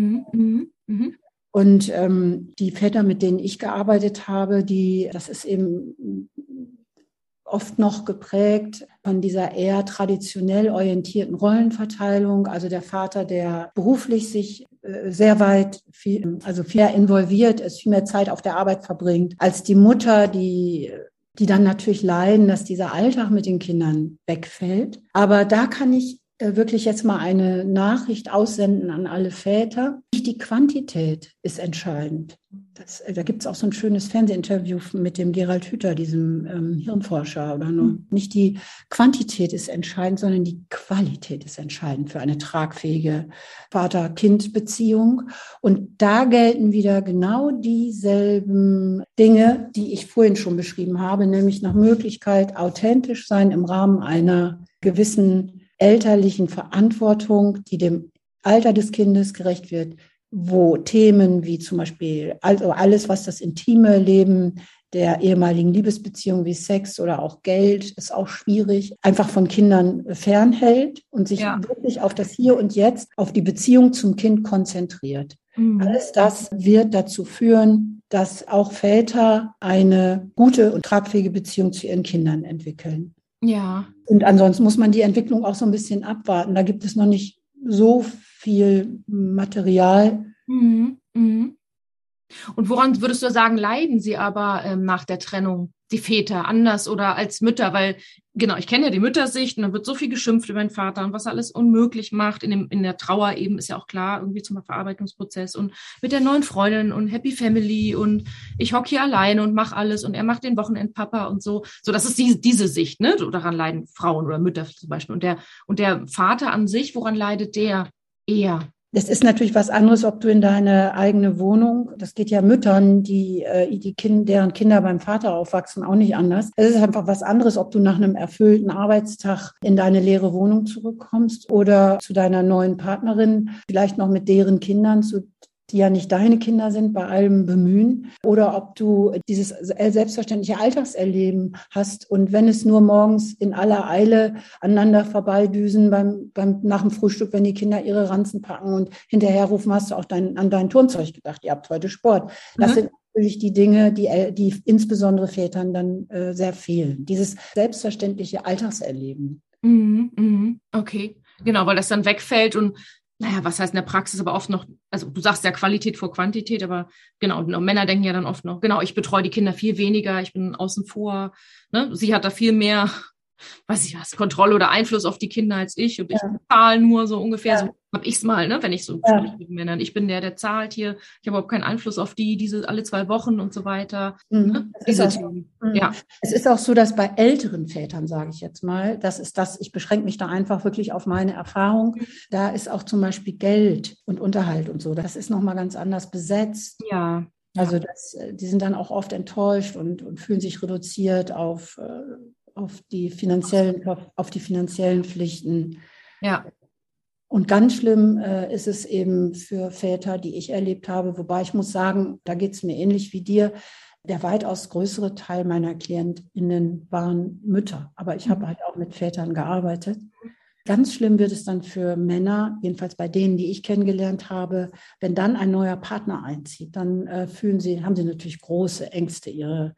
Und die Väter, mit denen ich gearbeitet habe, das ist eben oft noch geprägt von dieser eher traditionell orientierten Rollenverteilung. Also der Vater, der beruflich sich sehr viel involviert ist, viel mehr Zeit auf der Arbeit verbringt, als die Mutter, die dann natürlich leiden, dass dieser Alltag mit den Kindern wegfällt. Aber da kann ich wirklich jetzt mal eine Nachricht aussenden an alle Väter. Nicht die Quantität ist entscheidend. Da gibt es auch so ein schönes Fernsehinterview mit dem Gerald Hüther, diesem Hirnforscher. Nicht die Quantität ist entscheidend, sondern die Qualität ist entscheidend für eine tragfähige Vater-Kind-Beziehung. Und da gelten wieder genau dieselben Dinge, die ich vorhin schon beschrieben habe, nämlich nach Möglichkeit authentisch sein im Rahmen einer gewissen elterlichen Verantwortung, die dem Alter des Kindes gerecht wird, wo Themen wie zum Beispiel also alles, was das intime Leben der ehemaligen Liebesbeziehung wie Sex oder auch Geld, ist auch schwierig, einfach von Kindern fernhält und sich wirklich auf das Hier und Jetzt, auf die Beziehung zum Kind konzentriert. Alles das wird dazu führen, dass auch Väter eine gute und tragfähige Beziehung zu ihren Kindern entwickeln.
Ja.
Und ansonsten muss man die Entwicklung auch so ein bisschen abwarten. Da gibt es noch nicht so viel Material.
Und woran würdest du sagen, leiden sie aber nach der Trennung, die Väter, anders oder als Mütter? Weil, genau, ich kenne ja die Müttersicht, und dann wird so viel geschimpft über den Vater und was er alles unmöglich macht. In der Trauer eben ist ja auch klar, irgendwie zum Verarbeitungsprozess und mit der neuen Freundin und Happy Family und ich hocke hier alleine und mache alles und er macht den Wochenendpapa und so. So, das ist diese Sicht, ne? Daran leiden Frauen oder Mütter zum Beispiel. Und der Vater an sich, woran leidet der eher?
Das ist natürlich was anderes, ob du in deine eigene Wohnung, das geht ja Müttern, deren Kinder beim Vater aufwachsen, auch nicht anders. Es ist einfach was anderes, ob du nach einem erfüllten Arbeitstag in deine leere Wohnung zurückkommst oder zu deiner neuen Partnerin, vielleicht noch mit deren Kindern, die ja nicht deine Kinder sind, bei allem Bemühen, oder ob du dieses selbstverständliche Alltagserleben hast und wenn es nur morgens in aller Eile aneinander vorbeidüsen nach dem Frühstück, wenn die Kinder ihre Ranzen packen und hinterher rufen, hast du auch an dein Turnzeug gedacht, ihr habt heute Sport. Das sind natürlich die Dinge, die insbesondere Vätern dann sehr fehlen. Dieses selbstverständliche Alltagserleben.
Okay, genau, weil das dann wegfällt und naja, was heißt in der Praxis aber oft noch, also du sagst ja Qualität vor Quantität, aber genau, Männer denken ja dann oft noch, genau, ich betreue die Kinder viel weniger, ich bin außen vor, ne? Sie hat da viel mehr, weiß ich was, Kontrolle oder Einfluss auf die Kinder als ich und ich zahle nur so ungefähr, so habe ich es mal, ne? Wenn ich so spreche mit Männern, ich bin der zahlt hier, ich habe überhaupt keinen Einfluss auf diese alle 2 Wochen und so weiter. Ne?
Es ist auch so, dass bei älteren Vätern, sage ich jetzt mal, ich beschränke mich da einfach wirklich auf meine Erfahrung, da ist auch zum Beispiel Geld und Unterhalt und so, das ist nochmal ganz anders besetzt.
Ja.
Also die sind dann auch oft enttäuscht und fühlen sich reduziert auf die finanziellen Pflichten.
Ja.
Und ganz schlimm ist es eben für Väter, die ich erlebt habe, wobei ich muss sagen, da geht es mir ähnlich wie dir, der weitaus größere Teil meiner KlientInnen waren Mütter, aber ich habe halt auch mit Vätern gearbeitet. Ganz schlimm wird es dann für Männer, jedenfalls bei denen, die ich kennengelernt habe, wenn dann ein neuer Partner einzieht, dann haben sie natürlich große Ängste, ihre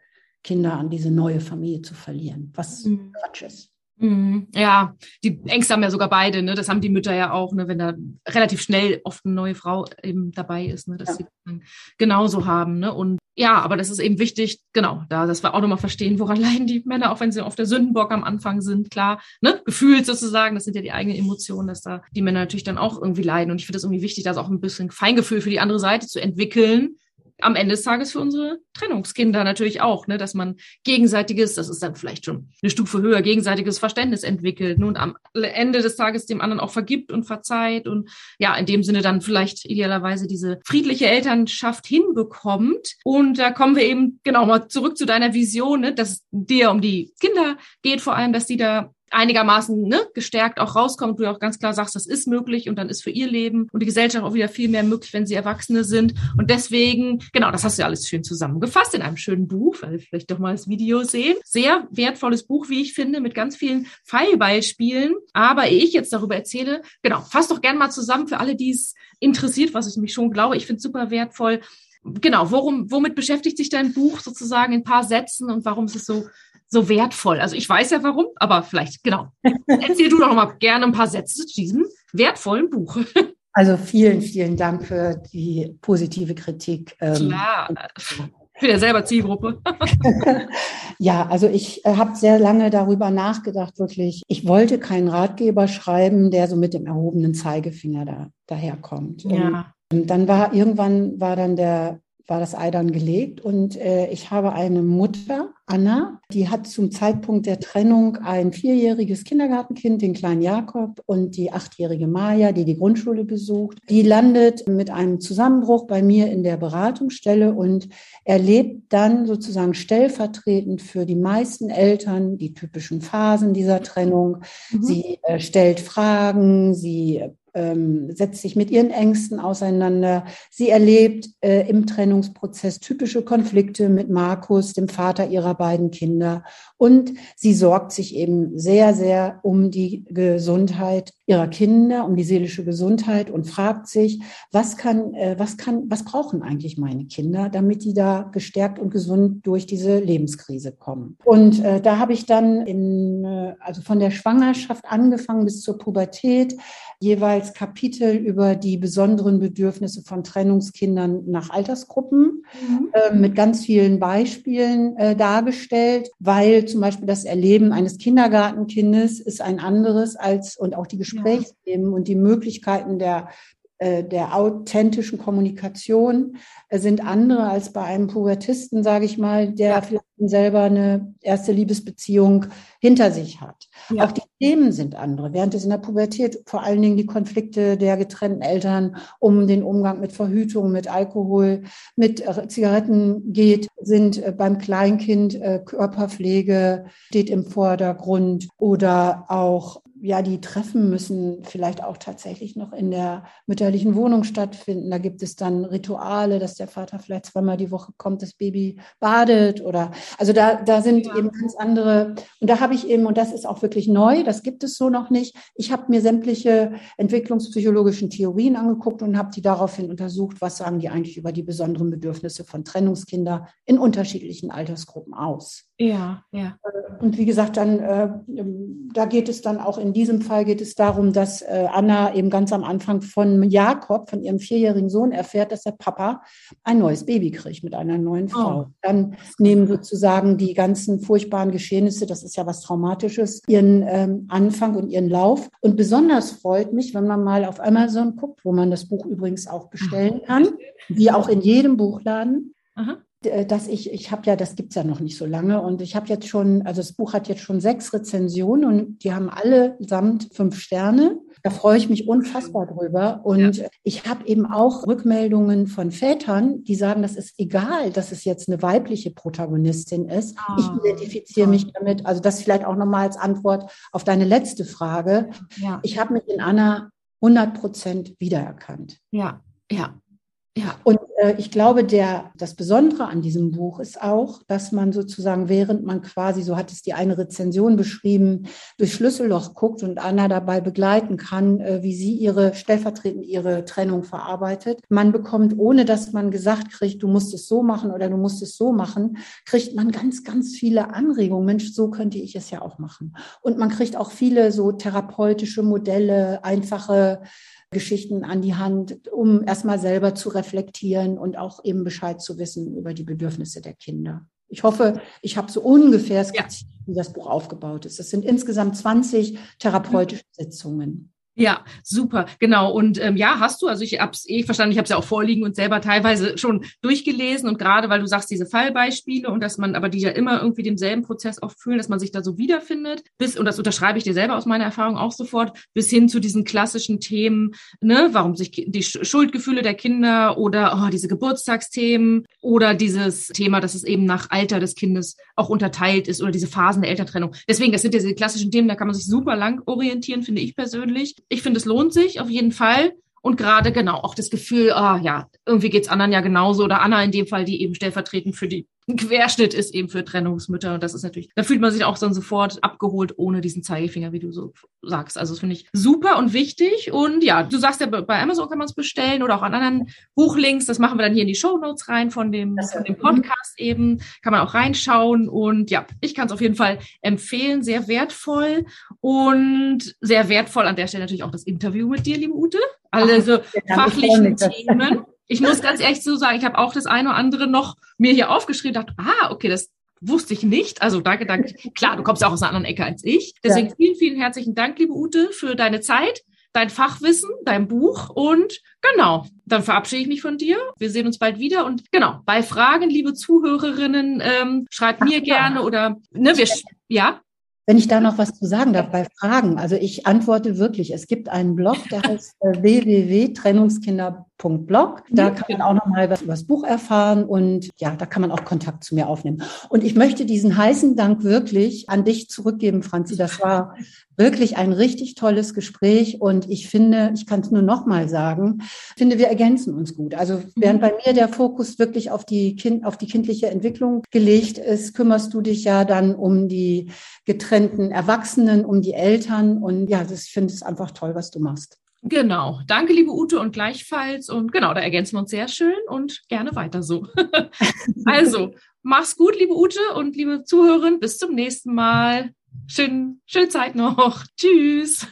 Kinder an diese neue Familie zu verlieren, was Quatsch ist.
Ja, die Ängste haben ja sogar beide, ne? Das haben die Mütter ja auch, ne? Wenn da relativ schnell oft eine neue Frau eben dabei ist, ne? Dass sie dann genauso haben, ne? Und ja, aber das ist eben wichtig, genau, dass wir auch nochmal verstehen, woran leiden die Männer, auch wenn sie auf der Sündenbock am Anfang sind, klar, ne? Gefühlt sozusagen, das sind ja die eigenen Emotionen, dass da die Männer natürlich dann auch irgendwie leiden. Und ich finde es irgendwie wichtig, da auch ein bisschen Feingefühl für die andere Seite zu entwickeln. Am Ende des Tages für unsere Trennungskinder natürlich auch, ne, dass man gegenseitiges, das ist dann vielleicht schon eine Stufe höher, gegenseitiges Verständnis entwickelt, ne, und am Ende des Tages dem anderen auch vergibt und verzeiht und ja, in dem Sinne dann vielleicht idealerweise diese friedliche Elternschaft hinbekommt. Und da kommen wir eben genau mal zurück zu deiner Vision, ne, dass es dir um die Kinder geht, vor allem, dass die da einigermaßen gestärkt auch rauskommt, du auch ganz klar sagst, das ist möglich und dann ist für ihr Leben und die Gesellschaft auch wieder viel mehr möglich, wenn sie Erwachsene sind. Und deswegen, genau, das hast du ja alles schön zusammengefasst in einem schönen Buch, weil wir vielleicht doch mal das Video sehen. Sehr wertvolles Buch, wie ich finde, mit ganz vielen Fallbeispielen. Aber ehe ich jetzt darüber erzähle, genau, fass doch gerne mal zusammen für alle, die es interessiert, was ich nämlich schon glaube. Ich finde es super wertvoll. Genau, womit beschäftigt sich dein Buch sozusagen in ein paar Sätzen und warum ist es so wertvoll? Also ich weiß ja warum, aber vielleicht, genau. Erzähl du doch noch mal gerne ein paar Sätze zu diesem wertvollen Buch.
Also vielen, vielen Dank für die positive Kritik.
Klar, ich bin ja selber Zielgruppe.
Ja, also ich habe sehr lange darüber nachgedacht, wirklich. Ich wollte keinen Ratgeber schreiben, der so mit dem erhobenen Zeigefinger daherkommt.
Ja.
Und dann war das Ei dann gelegt und ich habe eine Mutter, Anna, die hat zum Zeitpunkt der Trennung ein 4-jähriges Kindergartenkind, den kleinen Jakob, und die 8-jährige Maja, die die Grundschule besucht. Die landet mit einem Zusammenbruch bei mir in der Beratungsstelle und erlebt dann sozusagen stellvertretend für die meisten Eltern die typischen Phasen dieser Trennung. Sie stellt Fragen, sie setzt sich mit ihren Ängsten auseinander. Sie erlebt im Trennungsprozess typische Konflikte mit Markus, dem Vater ihrer beiden Kinder. Und sie sorgt sich eben sehr, sehr um die Gesundheit ihrer Kinder, um die seelische Gesundheit und fragt sich, was brauchen eigentlich meine Kinder, damit die da gestärkt und gesund durch diese Lebenskrise kommen. Und da habe ich dann also von der Schwangerschaft angefangen bis zur Pubertät jeweils Kapitel über die besonderen Bedürfnisse von Trennungskindern nach Altersgruppen mit ganz vielen Beispielen dargestellt, weil zum Beispiel das Erleben eines Kindergartenkindes ist ein anderes und auch die Gesprächsthemen und die Möglichkeiten der authentischen Kommunikation sind andere als bei einem Pubertisten, sage ich mal, der vielleicht selber eine erste Liebesbeziehung hinter sich hat. Ja. Auch die Themen sind andere. Während es in der Pubertät vor allen Dingen die Konflikte der getrennten Eltern um den Umgang mit Verhütung, mit Alkohol, mit Zigaretten geht, sind beim Kleinkind Körperpflege steht im Vordergrund oder auch die Treffen müssen vielleicht auch tatsächlich noch in der mütterlichen Wohnung stattfinden. Da gibt es dann Rituale, dass der Vater vielleicht 2-mal die Woche kommt, das Baby badet also da sind eben ganz andere. Und da habe ich eben, und das ist auch wirklich neu, das gibt es so noch nicht. Ich habe mir sämtliche entwicklungspsychologischen Theorien angeguckt und habe die daraufhin untersucht, was sagen die eigentlich über die besonderen Bedürfnisse von Trennungskindern in unterschiedlichen Altersgruppen aus.
Ja.
Und wie gesagt, dann da geht es dann auch in diesem Fall geht es darum, dass Anna eben ganz am Anfang von Jakob, von ihrem 4-jährigen Sohn, erfährt, dass der Papa ein neues Baby kriegt mit einer neuen Frau. Dann nehmen sozusagen die ganzen furchtbaren Geschehnisse, das ist ja was Traumatisches, ihren Anfang und ihren Lauf. Und besonders freut mich, wenn man mal auf Amazon guckt, wo man das Buch übrigens auch bestellen kann, wie auch in jedem Buchladen. Dass ich habe ja, das gibt es ja noch nicht so lange und ich habe jetzt schon, also das Buch hat jetzt schon 6 Rezensionen und die haben allesamt 5 Sterne. Da freue ich mich unfassbar drüber und ich habe eben auch Rückmeldungen von Vätern, die sagen, das ist egal, dass es jetzt eine weibliche Protagonistin ist. Ich identifiziere mich damit, also das vielleicht auch nochmal als Antwort auf deine letzte Frage. Ich habe mich in Anna 100% wiedererkannt.
Ja. Ja.
Und ich glaube, das Besondere an diesem Buch ist auch, dass man sozusagen, während man quasi, so hat es die eine Rezension beschrieben, durch Schlüsselloch guckt und Anna dabei begleiten kann, wie sie stellvertretend ihre Trennung verarbeitet. Man bekommt, ohne dass man gesagt kriegt, du musst es so machen oder du musst es so machen, kriegt man ganz, ganz viele Anregungen. Mensch, so könnte ich es ja auch machen. Und man kriegt auch viele so therapeutische Modelle, einfache Geschichten an die Hand, um erstmal selber zu reflektieren und auch eben Bescheid zu wissen über die Bedürfnisse der Kinder. Ich hoffe, ich habe so ungefähr skizziert, wie das Buch aufgebaut ist. Es sind insgesamt 20 therapeutische Sitzungen.
Ja, super, genau. Und hast du, also ich habe es verstanden, ich habe es ja auch vorliegen und selber teilweise schon durchgelesen. Und gerade, weil du sagst, diese Fallbeispiele und dass man aber die ja immer irgendwie demselben Prozess auch fühlen, dass man sich da so wiederfindet, und das unterschreibe ich dir selber aus meiner Erfahrung auch sofort, bis hin zu diesen klassischen Themen, ne, warum sich die Schuldgefühle der Kinder oder diese Geburtstagsthemen oder dieses Thema, dass es eben nach Alter des Kindes auch unterteilt ist oder diese Phasen der Elterntrennung. Deswegen, das sind ja diese klassischen Themen, da kann man sich super lang orientieren, finde ich persönlich. Ich finde, es lohnt sich auf jeden Fall. Und gerade genau auch das Gefühl, irgendwie geht's anderen ja genauso. Oder Anna in dem Fall, die eben stellvertretend für die Querschnitt ist, eben für Trennungsmütter. Und das ist natürlich, da fühlt man sich auch dann sofort abgeholt, ohne diesen Zeigefinger, wie du so sagst. Also das finde ich super und wichtig. Und ja, du sagst ja, bei Amazon kann man es bestellen oder auch an anderen Buchlinks. Das machen wir dann hier in die Shownotes rein von dem Podcast eben. Kann man auch reinschauen. Und ja, ich kann es auf jeden Fall empfehlen. Sehr wertvoll. Und sehr wertvoll an der Stelle natürlich auch das Interview mit dir, liebe Ute. Also fachlichen Themen. Ich muss ganz ehrlich so sagen, ich habe auch das eine oder andere noch mir hier aufgeschrieben, dachte, okay, das wusste ich nicht. Also danke. Klar, du kommst ja auch aus einer anderen Ecke als ich. Deswegen vielen, vielen herzlichen Dank, liebe Ute, für deine Zeit, dein Fachwissen, dein Buch. Und genau, dann verabschiede ich mich von dir. Wir sehen uns bald wieder. Und genau, bei Fragen, liebe Zuhörerinnen, schreibt mir gerne oder, ja.
Wenn ich da noch was zu sagen darf bei Fragen, also ich antworte wirklich. Es gibt einen Blog, der heißt www.trennungskinder.blog. Da kann man auch noch mal was über das Buch erfahren und ja, da kann man auch Kontakt zu mir aufnehmen. Und ich möchte diesen heißen Dank wirklich an dich zurückgeben, Franzi. Das war wirklich ein richtig tolles Gespräch und ich finde, ich kann es nur noch mal sagen, finde, wir ergänzen uns gut. Also während bei mir der Fokus wirklich auf die kindliche Entwicklung gelegt ist, kümmerst du dich ja dann um die getrennten Erwachsenen, um die Eltern und ja, ich finde es einfach toll, was du machst.
Genau. Danke, liebe Ute, und gleichfalls. Und genau, da ergänzen wir uns sehr schön und gerne weiter so. Also, mach's gut, liebe Ute und liebe Zuhörerinnen. Bis zum nächsten Mal. Schöne Zeit noch. Tschüss.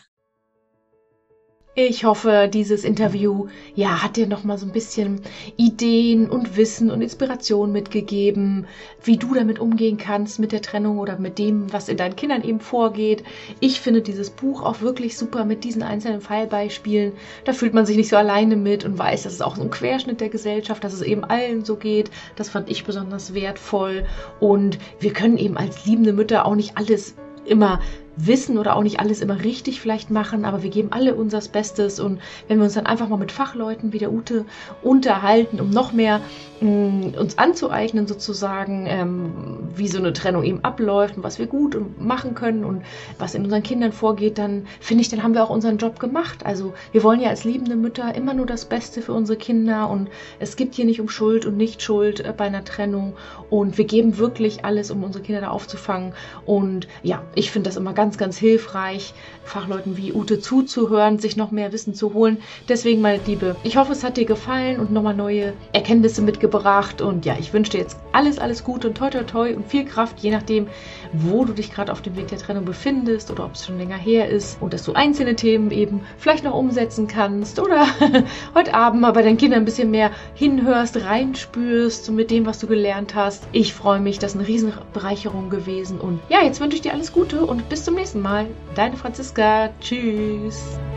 Ich hoffe, dieses Interview, hat dir noch mal so ein bisschen Ideen und Wissen und Inspiration mitgegeben, wie du damit umgehen kannst mit der Trennung oder mit dem, was in deinen Kindern eben vorgeht. Ich finde dieses Buch auch wirklich super mit diesen einzelnen Fallbeispielen. Da fühlt man sich nicht so alleine mit und weiß, dass es auch so ein Querschnitt der Gesellschaft, dass es eben allen so geht. Das fand ich besonders wertvoll. Und wir können eben als liebende Mütter auch nicht alles immer wissen oder auch nicht alles immer richtig vielleicht machen, aber wir geben alle unser Bestes und wenn wir uns dann einfach mal mit Fachleuten wie der Ute unterhalten, um noch mehr uns anzueignen sozusagen, wie so eine Trennung eben abläuft und was wir gut machen können und was in unseren Kindern vorgeht, dann finde ich, dann haben wir auch unseren Job gemacht. Also wir wollen ja als liebende Mütter immer nur das Beste für unsere Kinder und es geht hier nicht um Schuld und Nicht-Schuld bei einer Trennung und wir geben wirklich alles, um unsere Kinder da aufzufangen und ja, ich finde das immer ganz, ganz hilfreich, Fachleuten wie Ute zuzuhören, sich noch mehr Wissen zu holen. Deswegen, meine Liebe, ich hoffe, es hat dir gefallen und nochmal neue Erkenntnisse mitgebracht. Und ja, ich wünsche dir jetzt alles Gute und toi toi toi und viel Kraft, je nachdem, wo du dich gerade auf dem Weg der Trennung befindest oder ob es schon länger her ist und dass du einzelne Themen eben vielleicht noch umsetzen kannst oder heute Abend mal bei deinen Kindern ein bisschen mehr hinhörst, reinspürst mit dem, was du gelernt hast. Ich freue mich, das ist eine riesen Bereicherung gewesen und ja, jetzt wünsche ich dir alles Gute und bis zum nächsten Mal. Deine Franziska. Tschüss.